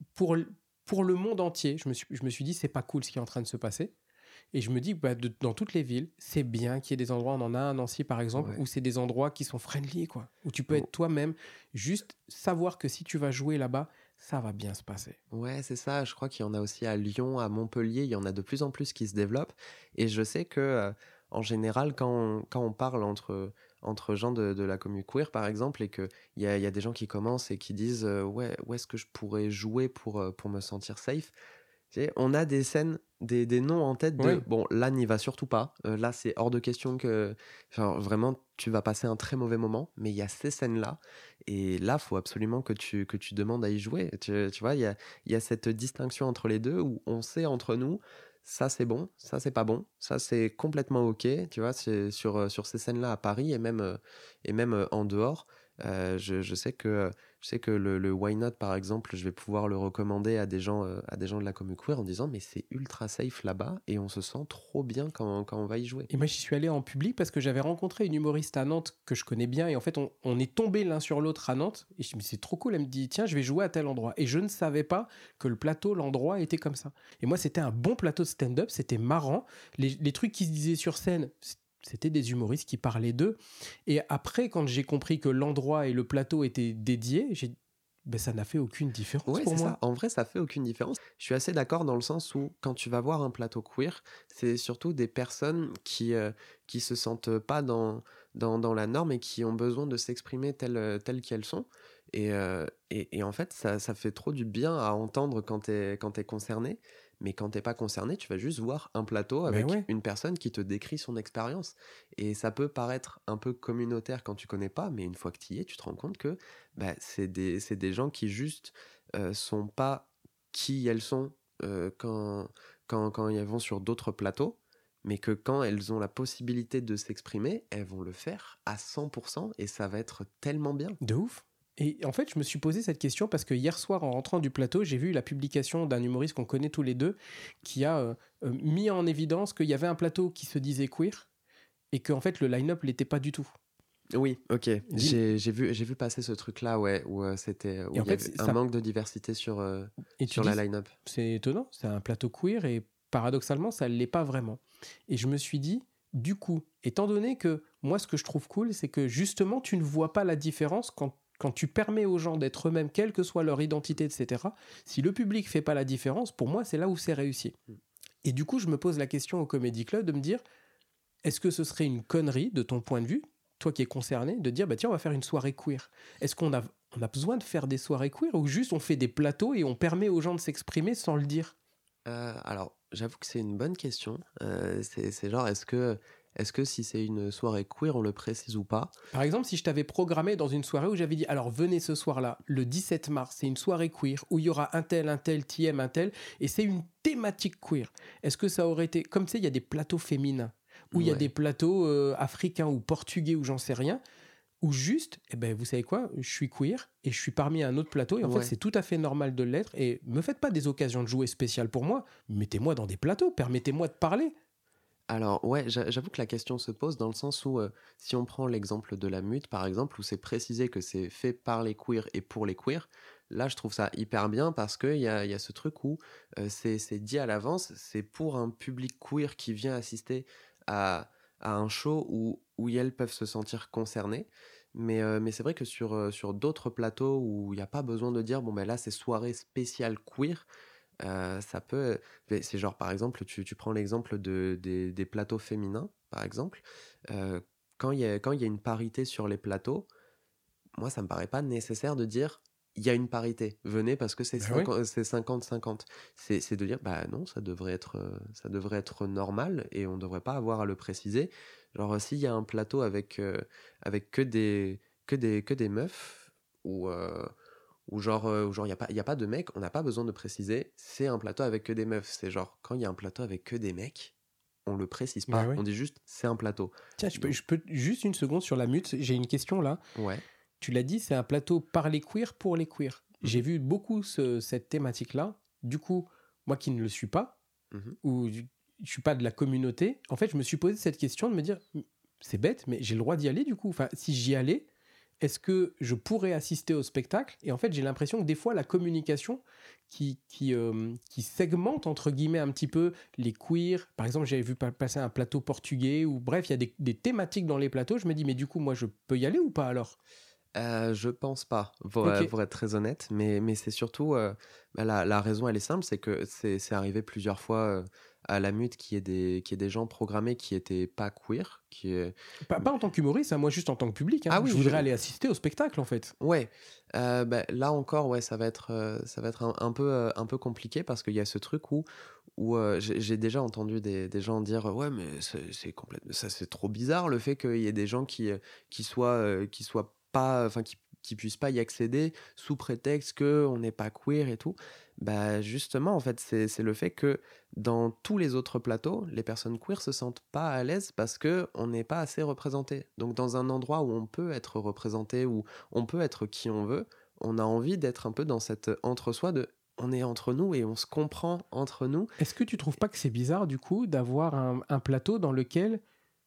pour le monde entier, je me suis dit, c'est pas cool ce qui est en train de se passer. Et je me dis, dans toutes les villes, c'est bien qu'il y ait des endroits, on en a un à Nancy par exemple, où c'est des endroits qui sont friendly, quoi, où tu peux être toi-même, juste savoir que si tu vas jouer là-bas, ça va bien se passer. Ouais, c'est ça. Je crois qu'il y en a aussi à Lyon, à Montpellier. Il y en a de plus en plus qui se développent. Et je sais que, en général, quand on parle entre gens de la commu queer, par exemple, et qu'il y a des gens qui commencent et qui disent ouais, où est-ce que je pourrais jouer pour me sentir safe? Tu sais, on a des scènes, des noms en tête de bon, là, n'y va surtout pas. Là, c'est hors de question que. Enfin, vraiment, tu vas passer un très mauvais moment. Mais il y a ces scènes-là. Et là, il faut absolument que tu demandes à y jouer. Tu vois, il y a cette distinction entre les deux où on sait entre nous. Ça c'est bon, ça c'est pas bon, ça c'est complètement ok, tu vois, c'est sur ces scènes-là à Paris et même en dehors. Je sais que le Why Not par exemple, je vais pouvoir le recommander à des gens de la commu queer en disant mais c'est ultra safe là-bas et on se sent trop bien quand on va y jouer. Et moi j'y suis allé en public parce que j'avais rencontré une humoriste à Nantes que je connais bien et en fait on est tombés l'un sur l'autre à Nantes et je me dis c'est trop cool, elle me dit tiens je vais jouer à tel endroit et je ne savais pas que le plateau, l'endroit était comme ça. Et moi c'était un bon plateau de stand-up, c'était marrant, les trucs qui se disaient sur scène, c'était des humoristes qui parlaient d'eux. Et après, quand j'ai compris que l'endroit et le plateau étaient dédiés, ben, ça n'a fait aucune différence Ouais, pour c'est moi. ça. En vrai, ça fait aucune différence. Je suis assez d'accord dans le sens où, quand tu vas voir un plateau queer, c'est surtout des personnes qui se sentent pas dans la norme et qui ont besoin de s'exprimer telles qu'elles sont. Et en fait, ça fait trop du bien à entendre quand t'es concerné. Mais quand t'es pas concerné, tu vas juste voir un plateau Ben avec ouais. une personne qui te décrit son expérience. Et ça peut paraître un peu communautaire quand tu connais pas, mais une fois que tu y es, tu te rends compte que bah, c'est des gens qui juste sont pas qui elles sont quand elles vont sur d'autres plateaux, mais que quand elles ont la possibilité de s'exprimer, elles vont le faire à 100% et ça va être tellement bien. De ouf. Et en fait, je me suis posé cette question parce que hier soir, en rentrant du plateau, j'ai vu la publication d'un humoriste qu'on connaît tous les deux qui a mis en évidence qu'il y avait un plateau qui se disait queer et qu'en fait, le line-up l'était pas du tout. Oui, ok. J'ai vu passer ce truc-là, ouais, où où Et en il y fait, avait un manque de diversité sur et tu sur la dis, line-up. c'est étonnant, c'est un plateau queer et paradoxalement, ça ne l'est pas vraiment. Et je me suis dit, du coup, étant donné que moi, ce que je trouve cool, c'est que justement, tu ne vois pas la différence quand tu permets aux gens d'être eux-mêmes, quelle que soit leur identité, etc. Si le public fait pas la différence, pour moi, c'est là où c'est réussi. Et du coup, je me pose la question au Comedy Club de me dire, est-ce que ce serait une connerie, de ton point de vue, toi qui es concerné, de dire, bah tiens, on va faire une soirée queer. Est-ce qu'on a besoin de faire des soirées queer ou juste on fait des plateaux et on permet aux gens de s'exprimer sans le dire? Alors, j'avoue que c'est une bonne question. C'est genre, est-ce que si c'est une soirée queer, on le précise ou pas? Par exemple, si je t'avais programmé dans une soirée où j'avais dit, alors venez ce soir-là, le 17 mars, c'est une soirée queer, où il y aura un tel, TM, un tel, et c'est une thématique queer. Est-ce que ça aurait été... Comme tu sais, il y a des plateaux féminins, où il y a Ouais. des plateaux africains ou portugais ou j'en sais rien, ou juste, eh ben, vous savez quoi, je suis queer, et je suis parmi un autre plateau, et en fait, Ouais. c'est tout à fait normal de l'être, et me faites pas des occasions de jouer spéciales pour moi, mettez-moi dans des plateaux, permettez-moi de parler. Alors, ouais, j'avoue que la question se pose dans le sens où, si on prend l'exemple de la mute, par exemple, où c'est précisé que c'est fait par les queers et pour les queers, là, je trouve ça hyper bien parce qu'il y a ce truc où c'est dit à l'avance, c'est pour un public queer qui vient assister à un show où elles peuvent se sentir concernées. Mais c'est vrai que sur d'autres plateaux où il n'y a pas besoin de dire, bon, ben là, c'est soirée spéciale queer, ça peut. C'est genre, par exemple, tu prends l'exemple des plateaux féminins, par exemple. Euh, quand il y a une parité sur les plateaux, moi, ça me paraît pas nécessaire de dire il y a une parité. Venez parce que c'est Ben oui. 50-50. C'est de dire, bah non, ça devrait être normal et on devrait pas avoir à le préciser. Genre, s'il y a un plateau avec que des meufs ou genre il y a pas de mecs, on n'a pas besoin de préciser, c'est un plateau avec que des meufs. C'est genre, quand il y a un plateau avec que des mecs, on le précise pas. Ben oui. On dit juste, c'est un plateau. Tiens, je peux juste une seconde sur la mute, j'ai une question là. Ouais. Tu l'as dit, c'est un plateau par les queers pour les queers. J'ai vu beaucoup cette thématique-là. Du coup, moi qui ne le suis pas, Mhm. ou je ne suis pas de la communauté, en fait, je me suis posé cette question de me dire, c'est bête, mais j'ai le droit d'y aller du coup. Enfin, si j'y allais, est-ce que je pourrais assister au spectacle? Et en fait, j'ai l'impression que des fois, la communication qui segmente, entre guillemets, un petit peu les queers. Par exemple, j'avais vu passer un plateau portugais, ou bref, il y a des thématiques dans les plateaux. Je me dis, mais du coup, moi, je peux y aller ou pas alors? Je pense pas, Ok. pour être très honnête, mais c'est surtout, bah, la raison elle est simple, c'est que c'est arrivé plusieurs fois à la mute qu'il y ait des gens programmés qui étaient pas queer, Pas en tant qu'humoriste, hein, moi juste en tant que public. Hein. Ah oui, Je voudrais aller assister au spectacle en fait. ouais, bah, là encore, ouais, ça va être un peu compliqué parce qu'il y a ce truc où j'ai déjà entendu des gens dire ouais, mais c'est complètement, ça c'est trop bizarre le fait qu'il y ait des gens qui soient pas, enfin qui puissent pas y accéder sous prétexte que on n'est pas queer et tout. Bah justement, en fait, c'est le fait que dans tous les autres plateaux, les personnes queer se sentent pas à l'aise parce que on n'est pas assez représenté. Donc dans un endroit où on peut être représenté, où on peut être qui on veut, on a envie d'être un peu dans cet entre-soi de on est entre nous et on se comprend entre nous. Est-ce que tu trouves pas que c'est bizarre du coup d'avoir un plateau dans lequel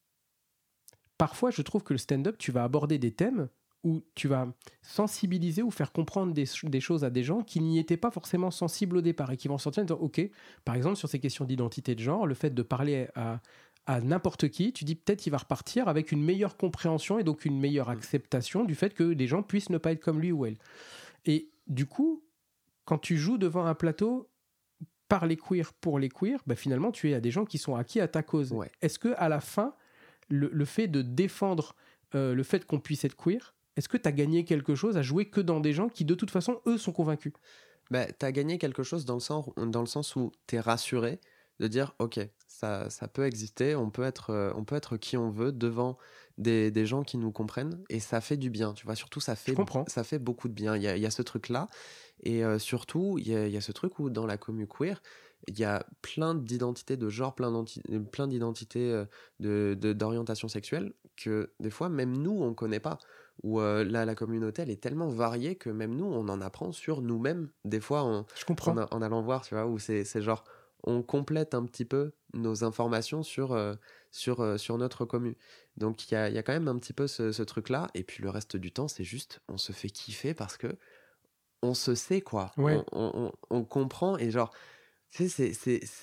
parfois je trouve que le stand-up tu vas aborder des thèmes où tu vas sensibiliser ou faire comprendre des choses à des gens qui n'y étaient pas forcément sensibles au départ et qui vont sortir en disant ok, par exemple sur ces questions d'identité de genre, le fait de parler à n'importe qui, tu dis peut-être qu'il va repartir avec une meilleure compréhension et donc une meilleure acceptation du fait que les gens puissent ne pas être comme lui ou elle. Et du coup, quand tu joues devant un plateau par les queers, pour les queers, bah finalement, tu es à des gens qui sont acquis à ta cause. Ouais. Est-ce qu'à la fin, le fait de défendre le fait qu'on puisse être queer, est-ce que tu as gagné quelque chose à jouer que dans des gens qui, de toute façon, eux, sont convaincus? Bah, tu as gagné quelque chose dans le sens où tu es rassuré de dire ok, ça peut exister, on peut être qui on veut devant des gens qui nous comprennent et ça fait du bien, tu vois. Surtout, ça Je comprends. fait beaucoup de bien. Il y a ce truc-là et surtout, il y a ce truc où dans la commu queer, il y a plein d'identités de genre, plein d'identités d'orientation sexuelle que des fois, même nous, on ne connaît pas. Où la communauté, elle est tellement variée que même nous, on en apprend sur nous-mêmes, des fois, Je comprends. en allant voir, tu vois, où c'est genre, on complète un petit peu nos informations sur notre commu. Donc, il y a quand même un petit peu ce truc-là, et puis le reste du temps, c'est juste, on se fait kiffer parce que on se sait, quoi. Ouais. On comprend, et genre, tu sais,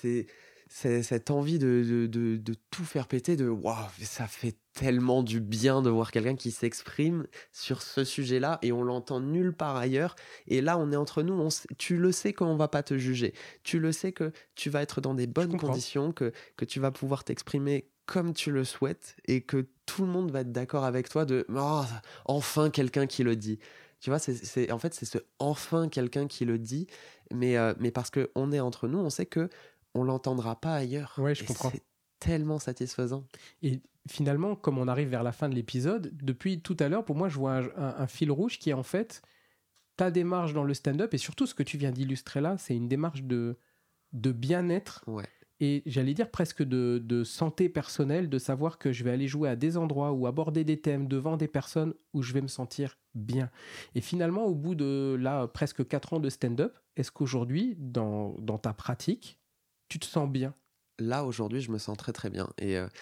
c'est cette envie de tout faire péter, de waouh, ça fait tellement du bien de voir quelqu'un qui s'exprime sur ce sujet-là et on l'entend nulle part ailleurs. Et là, on est entre nous, tu le sais qu'on va pas te juger. Tu le sais que tu vas être dans des bonnes conditions, que tu vas pouvoir t'exprimer comme tu le souhaites et que tout le monde va être d'accord avec toi de oh, enfin quelqu'un qui le dit. Tu vois, en fait, c'est ce enfin quelqu'un qui le dit, mais parce qu'on est entre nous, on sait que on l'entendra pas ailleurs. Ouais, je comprends. C'est tellement satisfaisant. Et finalement, comme on arrive vers la fin de l'épisode, depuis tout à l'heure, pour moi, je vois un fil rouge qui est en fait ta démarche dans le stand-up, et surtout ce que tu viens d'illustrer là, c'est une démarche de bien-être. Ouais. Et j'allais dire presque de santé personnelle, de savoir que je vais aller jouer à des endroits ou aborder des thèmes devant des personnes où je vais me sentir bien. Et finalement, au bout de là, presque 4 ans de stand-up, est-ce qu'aujourd'hui, dans ta pratique, tu te sens bien? Là, aujourd'hui, je me sens très très bien.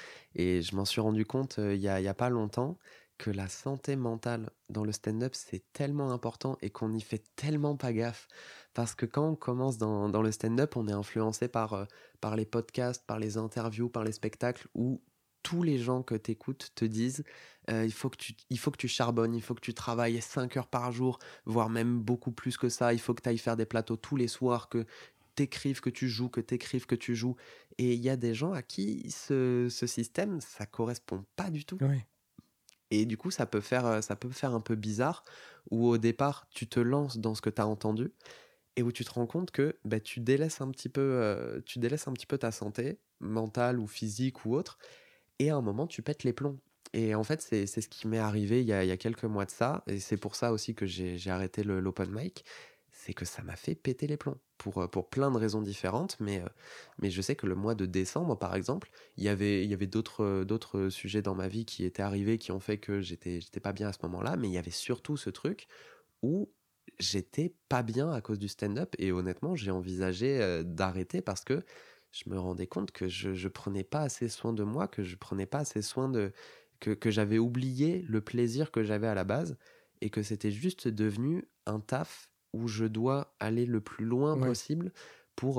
Et je m'en suis rendu compte il y a pas longtemps que la santé mentale dans le stand-up, c'est tellement important et qu'on n'y fait tellement pas gaffe. Parce que quand on commence dans le stand-up, on est influencé par les podcasts, par les interviews, par les spectacles où tous les gens que tu écoutes te disent il faut que tu charbonnes, il faut que tu travailles 5 heures par jour, voire même beaucoup plus que ça. Il faut que tu ailles faire des plateaux tous les soirs, que t'écrives que tu joues, que t'écrives que tu joues. Et il y a des gens à qui ce système, ça correspond pas du tout. Ouais. Et du coup, ça peut faire un peu bizarre, où au départ, tu te lances dans ce que tu as entendu, et où tu te rends compte que bah, tu délaisses un petit peu ta santé, mentale ou physique ou autre, et à un moment, tu pètes les plombs. Et en fait, c'est ce qui m'est arrivé il y a quelques mois de ça, et c'est pour ça aussi que j'ai arrêté l'open mic, c'est que ça m'a fait péter les plombs, pour plein de raisons différentes, mais je sais que le mois de décembre, par exemple, il y avait d'autres sujets dans ma vie qui étaient arrivés, qui ont fait que j'étais pas bien à ce moment-là, mais il y avait surtout ce truc où j'étais pas bien à cause du stand-up, et honnêtement, j'ai envisagé d'arrêter parce que je me rendais compte que je prenais pas assez soin de moi, que je prenais pas assez soin que j'avais oublié le plaisir que j'avais à la base, et que c'était juste devenu un taf où je dois aller le plus loin possible pour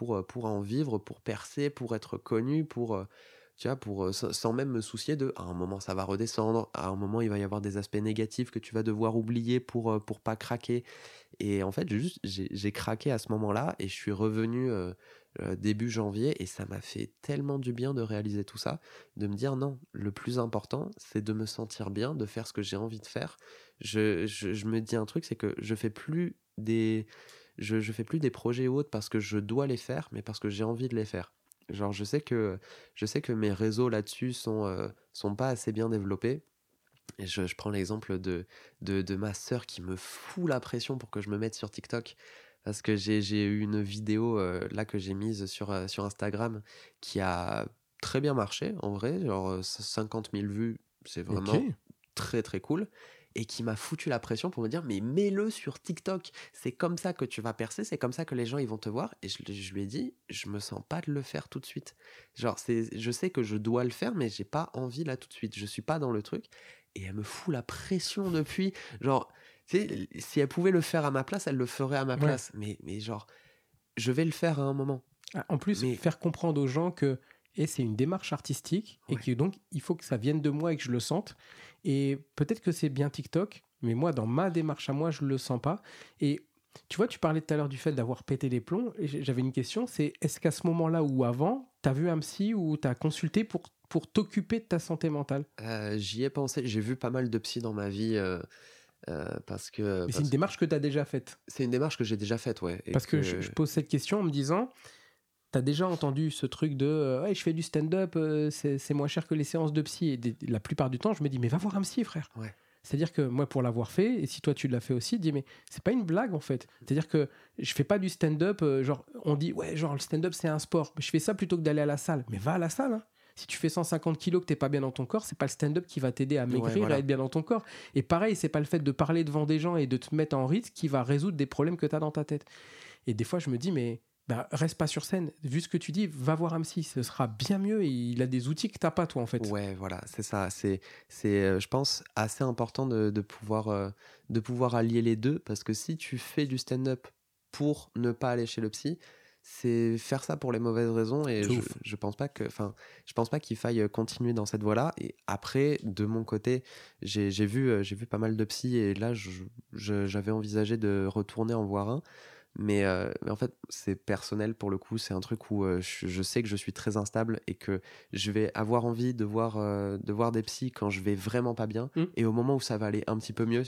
en vivre, pour percer, pour être connu, tu vois, sans même me soucier à un moment ça va redescendre, à un moment il va y avoir des aspects négatifs que tu vas devoir oublier pour pas craquer. Et en fait, j'ai craqué à ce moment-là, et je suis revenu début janvier, et ça m'a fait tellement du bien de réaliser tout ça, de me dire non, le plus important, c'est de me sentir bien, de faire ce que j'ai envie de faire. Je me dis un truc, c'est que je fais plus je fais plus des projets ou autres parce que je dois les faire, mais parce que j'ai envie de les faire. Genre, je sais que mes réseaux là-dessus sont pas assez bien développés. Et je prends l'exemple de ma sœur qui me fout la pression pour que je me mette sur TikTok. Parce que j'ai eu une vidéo là que j'ai mise sur Instagram qui a très bien marché, en vrai. Genre 50 000 vues, c'est vraiment très très cool. Et qui m'a foutu la pression pour me dire mais mets-le sur TikTok, c'est comme ça que tu vas percer, c'est comme ça que les gens ils vont te voir. Et je lui ai dit je me sens pas de le faire tout de suite. Genre je sais que je dois le faire, mais j'ai pas envie là tout de suite, je suis pas dans le truc. Et elle me fout la pression depuis, genre tu sais, si elle pouvait le faire à ma place, elle le ferait à ma place. Mais genre je vais le faire à un moment. En plus, faire comprendre aux gens que c'est une démarche artistique, et que donc il faut que ça vienne de moi et que je le sente. Et peut-être que c'est bien TikTok, mais moi, dans ma démarche à moi, je le sens pas. Et Tu vois, tu parlais tout à l'heure du fait d'avoir pété les plombs. Et j'avais une question, c'est est-ce qu'à ce moment-là ou avant, tu as vu un psy ou tu as consulté pour t'occuper de ta santé mentale? J'y ai pensé, j'ai vu pas mal de psy dans ma vie parce que Mais c'est une démarche que tu as déjà faite. c'est une démarche que j'ai déjà faite, ouais. Et Parce que je pose cette question en me disant, tu as déjà entendu ce truc de ouais, je fais du stand-up, c'est moins cher que les séances de psy. Et la plupart du temps, je me dis, mais va voir un psy, frère. Ouais. C'est-à-dire que moi, pour l'avoir fait, et si toi tu l'as fait aussi, dis mais c'est pas une blague en fait. C'est-à-dire que je fais pas du stand-up, genre on dit ouais, genre le stand-up c'est un sport. Je fais ça plutôt que d'aller à la salle. Mais va à la salle. Hein. Si tu fais 150 kilos que t'es pas bien dans ton corps, c'est pas le stand-up qui va t'aider à maigrir, voilà. à être bien dans ton corps. Et pareil, c'est pas le fait de parler devant des gens et de te mettre en risque qui va résoudre des problèmes que t'as dans ta tête. Et des fois, je me dis mais reste pas sur scène. Vu ce que tu dis, va voir un psy. Ce sera bien mieux et il a des outils que t'as pas, toi, en fait. Ouais, voilà, c'est ça. C'est je pense, assez important de pouvoir allier les deux parce que si tu fais du stand-up pour ne pas aller chez le psy, c'est faire ça pour les mauvaises raisons et je pense pas qu'il faille continuer dans cette voie-là. Et après, de mon côté, j'ai vu pas mal de psy et là, j'avais envisagé de retourner en voir un. Mais en fait, c'est personnel pour le coup. C'est un truc où je sais que je suis très instable et que je vais avoir envie de voir des psys quand je vais vraiment pas bien. Et au moment où ça va aller un petit peu mieux,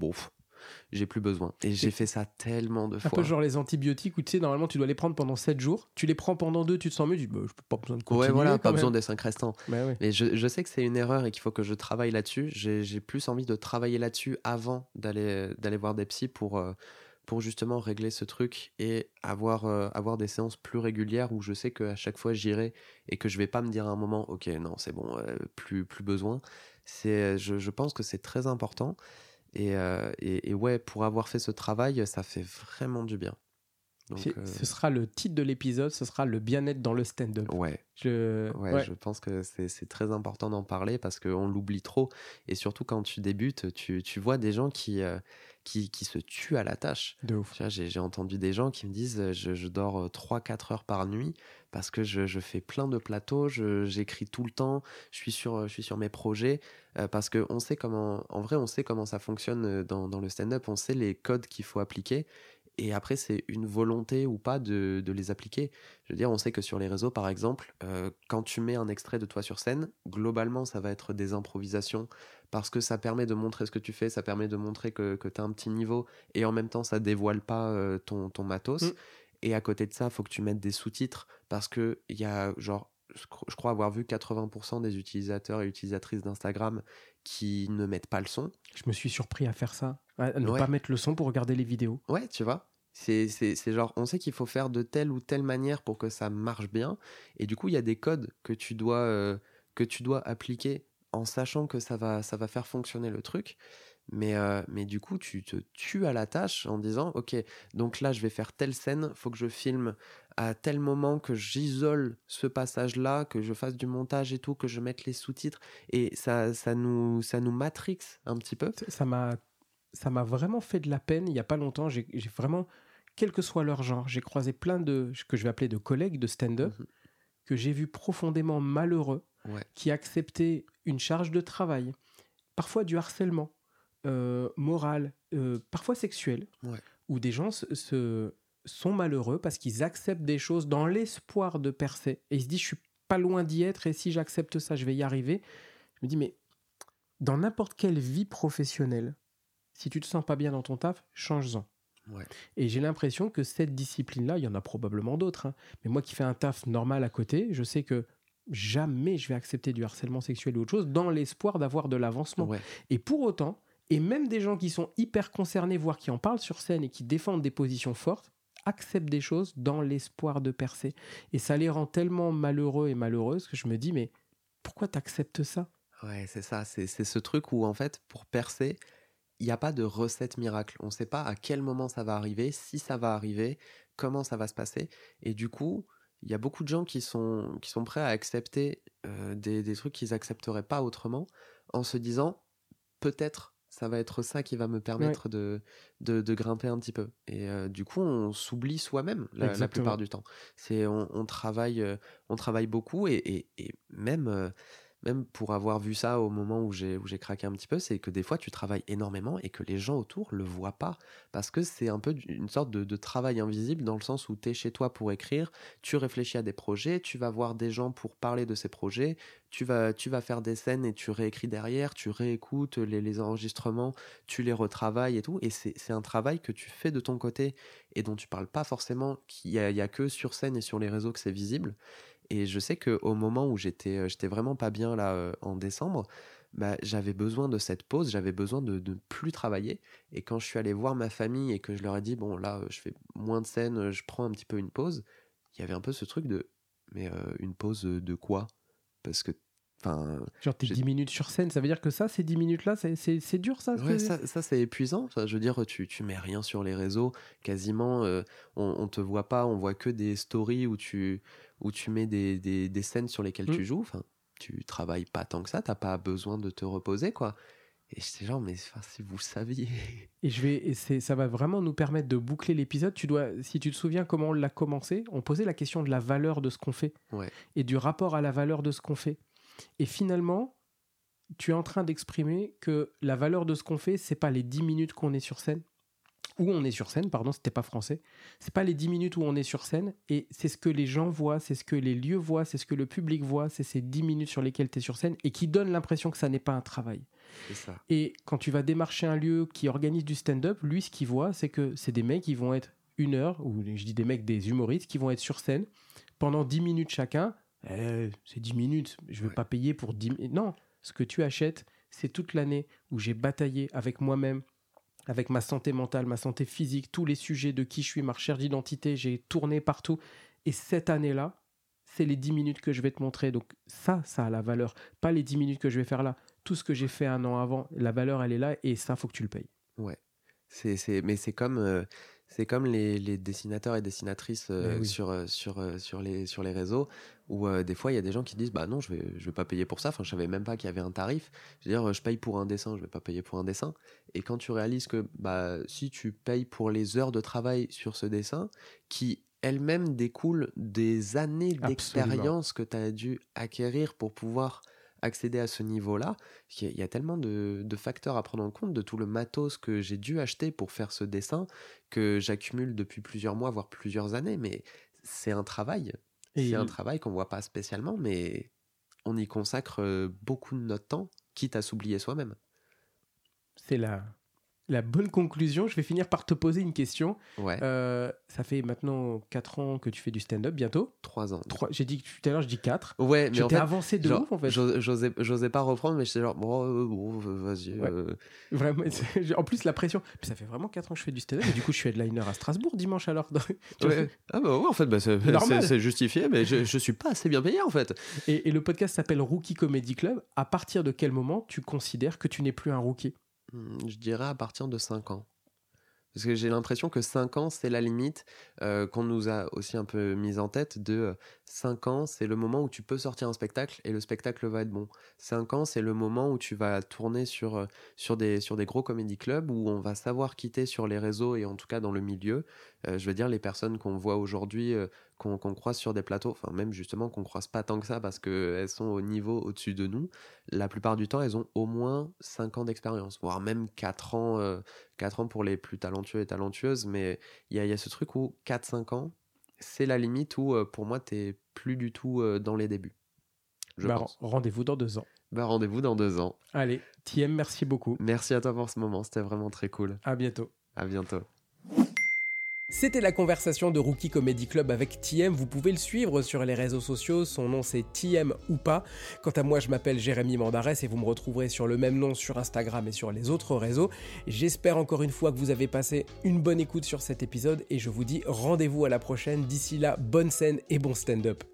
j'ai plus besoin. Et j'ai fait ça tellement de fois. Un peu genre les antibiotiques où tu sais, normalement, tu dois les prendre pendant 7 jours. Tu les prends pendant 2, tu te sens mieux. Tu dis, je n'ai pas besoin de continuer. Ouais, voilà, pas même. besoin des 5 restants. Ouais. Mais je sais que c'est une erreur et qu'il faut que je travaille là-dessus. J'ai plus envie de travailler là-dessus avant d'aller voir des psys pour justement régler ce truc et avoir des séances plus régulières où je sais qu'à chaque fois j'irai et que je vais pas me dire à un moment ok non c'est bon plus besoin. Je pense que c'est très important et ouais, pour avoir fait ce travail ça fait vraiment du bien. Donc, ce sera le titre de l'épisode, ce sera le bien-être dans le stand-up. Ouais. Je pense que c'est très important d'en parler parce qu'on l'oublie trop. Et surtout quand tu débutes, tu vois des gens qui se tuent à la tâche. De ouf. Tu vois, j'ai entendu des gens qui me disent je dors 3-4 heures par nuit parce que je fais plein de plateaux, j'écris tout le temps, je suis sur mes projets parce qu'on sait on sait comment ça fonctionne dans le stand-up, on sait les codes qu'il faut appliquer. Et après, c'est une volonté ou pas de les appliquer. Je veux dire, on sait que sur les réseaux, par exemple, quand tu mets un extrait de toi sur scène, globalement, ça va être des improvisations parce que ça permet de montrer ce que tu fais, ça permet de montrer que tu as un petit niveau et en même temps, ça dévoile pas ton matos. Et à côté de ça, il faut que tu mettes des sous-titres parce qu'il y a, genre, je crois avoir vu 80% des utilisateurs et utilisatrices d'Instagram qui ne mettent pas le son. Je me suis surpris à faire ça, à ne pas mettre le son pour regarder les vidéos. Ouais, tu vois. C'est genre, on sait qu'il faut faire de telle ou telle manière pour que ça marche bien. Et du coup, il y a des codes que tu dois appliquer en sachant que ça va faire fonctionner le truc. Mais du coup, tu te tues à la tâche en disant, ok, donc là, je vais faire telle scène, faut que je filme à tel moment, que j'isole ce passage-là, que je fasse du montage et tout, que je mette les sous-titres. Et ça nous matrixe un petit peu. Ça m'a vraiment fait de la peine. Il n'y a pas longtemps, j'ai vraiment, quel que soit leur genre, j'ai croisé plein de, que je vais appeler de collègues de stand-up, que j'ai vu profondément malheureux, qui acceptaient une charge de travail, parfois du harcèlement moral, parfois sexuel, où des gens sont malheureux parce qu'ils acceptent des choses dans l'espoir de percer. Et ils se disent, je suis pas loin d'y être, et si j'accepte ça, je vais y arriver. Je me dis, mais dans n'importe quelle vie professionnelle, si tu te sens pas bien dans ton taf, change-en. Et j'ai l'impression que cette discipline-là, il y en a probablement d'autres, hein, mais moi qui fais un taf normal à côté, je sais que jamais je vais accepter du harcèlement sexuel ou autre chose dans l'espoir d'avoir de l'avancement. Et pour autant, et même des gens qui sont hyper concernés, voire qui en parlent sur scène et qui défendent des positions fortes, acceptent des choses dans l'espoir de percer. Et ça les rend tellement malheureux et malheureuses que je me dis, mais pourquoi t'acceptes ça ? Ouais, c'est ça. C'est ce truc où, en fait, pour percer, il n'y a pas de recette miracle. On ne sait pas à quel moment ça va arriver, si ça va arriver, comment ça va se passer. Et du coup, il y a beaucoup de gens qui sont prêts à accepter des trucs qu'ils n'accepteraient pas autrement, en se disant, peut-être, ça va être ça qui va me permettre de grimper un petit peu. Et du coup, on s'oublie soi-même la plupart du temps. On travaille beaucoup et même même pour avoir vu ça au moment où j'ai craqué un petit peu, c'est que des fois tu travailles énormément et que les gens autour le voient pas, parce que c'est un peu une sorte de travail invisible, dans le sens où tu es chez toi pour écrire, tu réfléchis à des projets, tu vas voir des gens pour parler de ces projets, tu vas faire des scènes et tu réécris derrière, tu réécoutes les enregistrements, tu les retravailles et tout, et c'est un travail que tu fais de ton côté et dont tu parles pas forcément, qu'il y a que sur scène et sur les réseaux que c'est visible. Et je sais qu'au moment où j'étais vraiment pas bien là, en décembre, bah, j'avais besoin de cette pause, j'avais besoin de ne plus travailler. Et quand je suis allé voir ma famille et que je leur ai dit, bon là, je fais moins de scènes, je prends un petit peu une pause, il y avait un peu ce truc de, mais une pause de quoi? Parce que, enfin... Genre t'es 10 minutes sur scène, ça veut dire que ça, ces 10 minutes-là, c'est dur ça? Ouais, ça c'est épuisant. Enfin, je veux dire, tu mets rien sur les réseaux, quasiment, on te voit pas, on voit que des stories où tu mets des scènes sur lesquelles tu joues. Enfin, tu travailles pas tant que ça, t'as pas besoin de te reposer, quoi. Et j'étais genre, mais enfin, si vous saviez. Ça va vraiment nous permettre de boucler l'épisode. Si tu te souviens comment on l'a commencé, on posait la question de la valeur de ce qu'on fait, Ouais. et du rapport à la valeur de ce qu'on fait. Et finalement, tu es en train d'exprimer que la valeur de ce qu'on fait, c'est pas les 10 minutes qu'on est sur scène, où on est sur scène, pardon, c'était pas français. C'est pas les 10 minutes où on est sur scène, et c'est ce que les gens voient, c'est ce que les lieux voient, c'est ce que le public voit, c'est ces 10 minutes sur lesquelles tu es sur scène et qui donnent l'impression que ça n'est pas un travail. C'est ça. Et quand tu vas démarcher un lieu qui organise du stand-up, lui, ce qu'il voit, c'est que c'est des mecs qui vont être 1 heure, ou je dis des mecs, des humoristes, qui vont être sur scène pendant 10 minutes chacun. C'est 10 minutes, je ne vais pas payer pour 10 minutes. Non, ce que tu achètes, c'est toute l'année où j'ai bataillé avec moi-même, avec ma santé mentale, ma santé physique, tous les sujets de qui je suis, ma recherche d'identité, j'ai tourné partout. Et cette année-là, c'est les 10 minutes que je vais te montrer. Donc ça a la valeur. Pas les 10 minutes que je vais faire là. Tout ce que j'ai fait 1 an avant, la valeur, elle est là, et ça, faut que tu le payes. Ouais. Mais c'est comme les dessinateurs et dessinatrices Oui. sur les réseaux, où des fois il y a des gens qui disent bah non, je vais pas payer pour ça. Enfin, je savais même pas qu'il y avait un tarif. Je veux dire, je paye pour un dessin, je vais pas payer pour un dessin. Et quand tu réalises que bah si tu payes pour les heures de travail sur ce dessin, qui elles-mêmes découlent des années d'expérience que tu as dû acquérir pour pouvoir accéder à ce niveau-là, il y a tellement de facteurs à prendre en compte, de tout le matos que j'ai dû acheter pour faire ce dessin, que j'accumule depuis plusieurs mois, voire plusieurs années, mais c'est un travail. C'est un travail qu'on voit pas spécialement, mais on y consacre beaucoup de notre temps, quitte à s'oublier soi-même. C'est la bonne conclusion. Je vais finir par te poser une question. Ouais. Ça fait maintenant 4 ans que tu fais du stand-up, bientôt. 3 ans. J'ai dit tout à l'heure, je dis 4. Ouais, mais je en t'ai fait, avancé de ouf, en fait. J'osais pas reprendre, mais j'étais genre, bon, vas-y. Ouais. Vraiment, en plus, la pression. Puis ça fait vraiment 4 ans que je fais du stand-up, et du coup, je suis headliner à Strasbourg dimanche alors. Ouais. Ah bah ouais, en fait, c'est justifié, mais je suis pas assez bien payé, en fait. Et le podcast s'appelle Rookie Comedy Club. À partir de quel moment tu considères que tu n'es plus un rookie ? Je dirais à partir de 5 ans. Parce que j'ai l'impression que 5 ans, c'est la limite qu'on nous a aussi un peu mise en tête de 5 ans, c'est le moment où tu peux sortir un spectacle et le spectacle va être bon. 5 ans, c'est le moment où tu vas tourner sur des gros comédie clubs, où on va savoir quitter sur les réseaux et en tout cas dans le milieu. Je veux dire, les personnes qu'on voit aujourd'hui, qu'on croise sur des plateaux, enfin même justement qu'on croise pas tant que ça parce qu'elles sont au niveau au-dessus de nous, la plupart du temps, elles ont au moins 5 ans d'expérience, voire même 4 ans, 4 ans pour les plus talentueux et talentueuses, mais il y a ce truc où 4-5 ans, c'est la limite où pour moi, t'es plus du tout dans les débuts. Je pense. Rendez-vous dans 2 ans. Rendez-vous dans 2 ans. Allez, Thiem, merci beaucoup. Merci à toi pour ce moment, c'était vraiment très cool. À bientôt. À bientôt. C'était la conversation de Rookie Comedy Club avec Thiem. Vous pouvez le suivre sur les réseaux sociaux. Son nom, c'est Thiem ou pas. Quant à moi, je m'appelle Jérémy Mandarès et vous me retrouverez sur le même nom sur Instagram et sur les autres réseaux. J'espère encore une fois que vous avez passé une bonne écoute sur cet épisode et je vous dis rendez-vous à la prochaine. D'ici là, bonne scène et bon stand-up.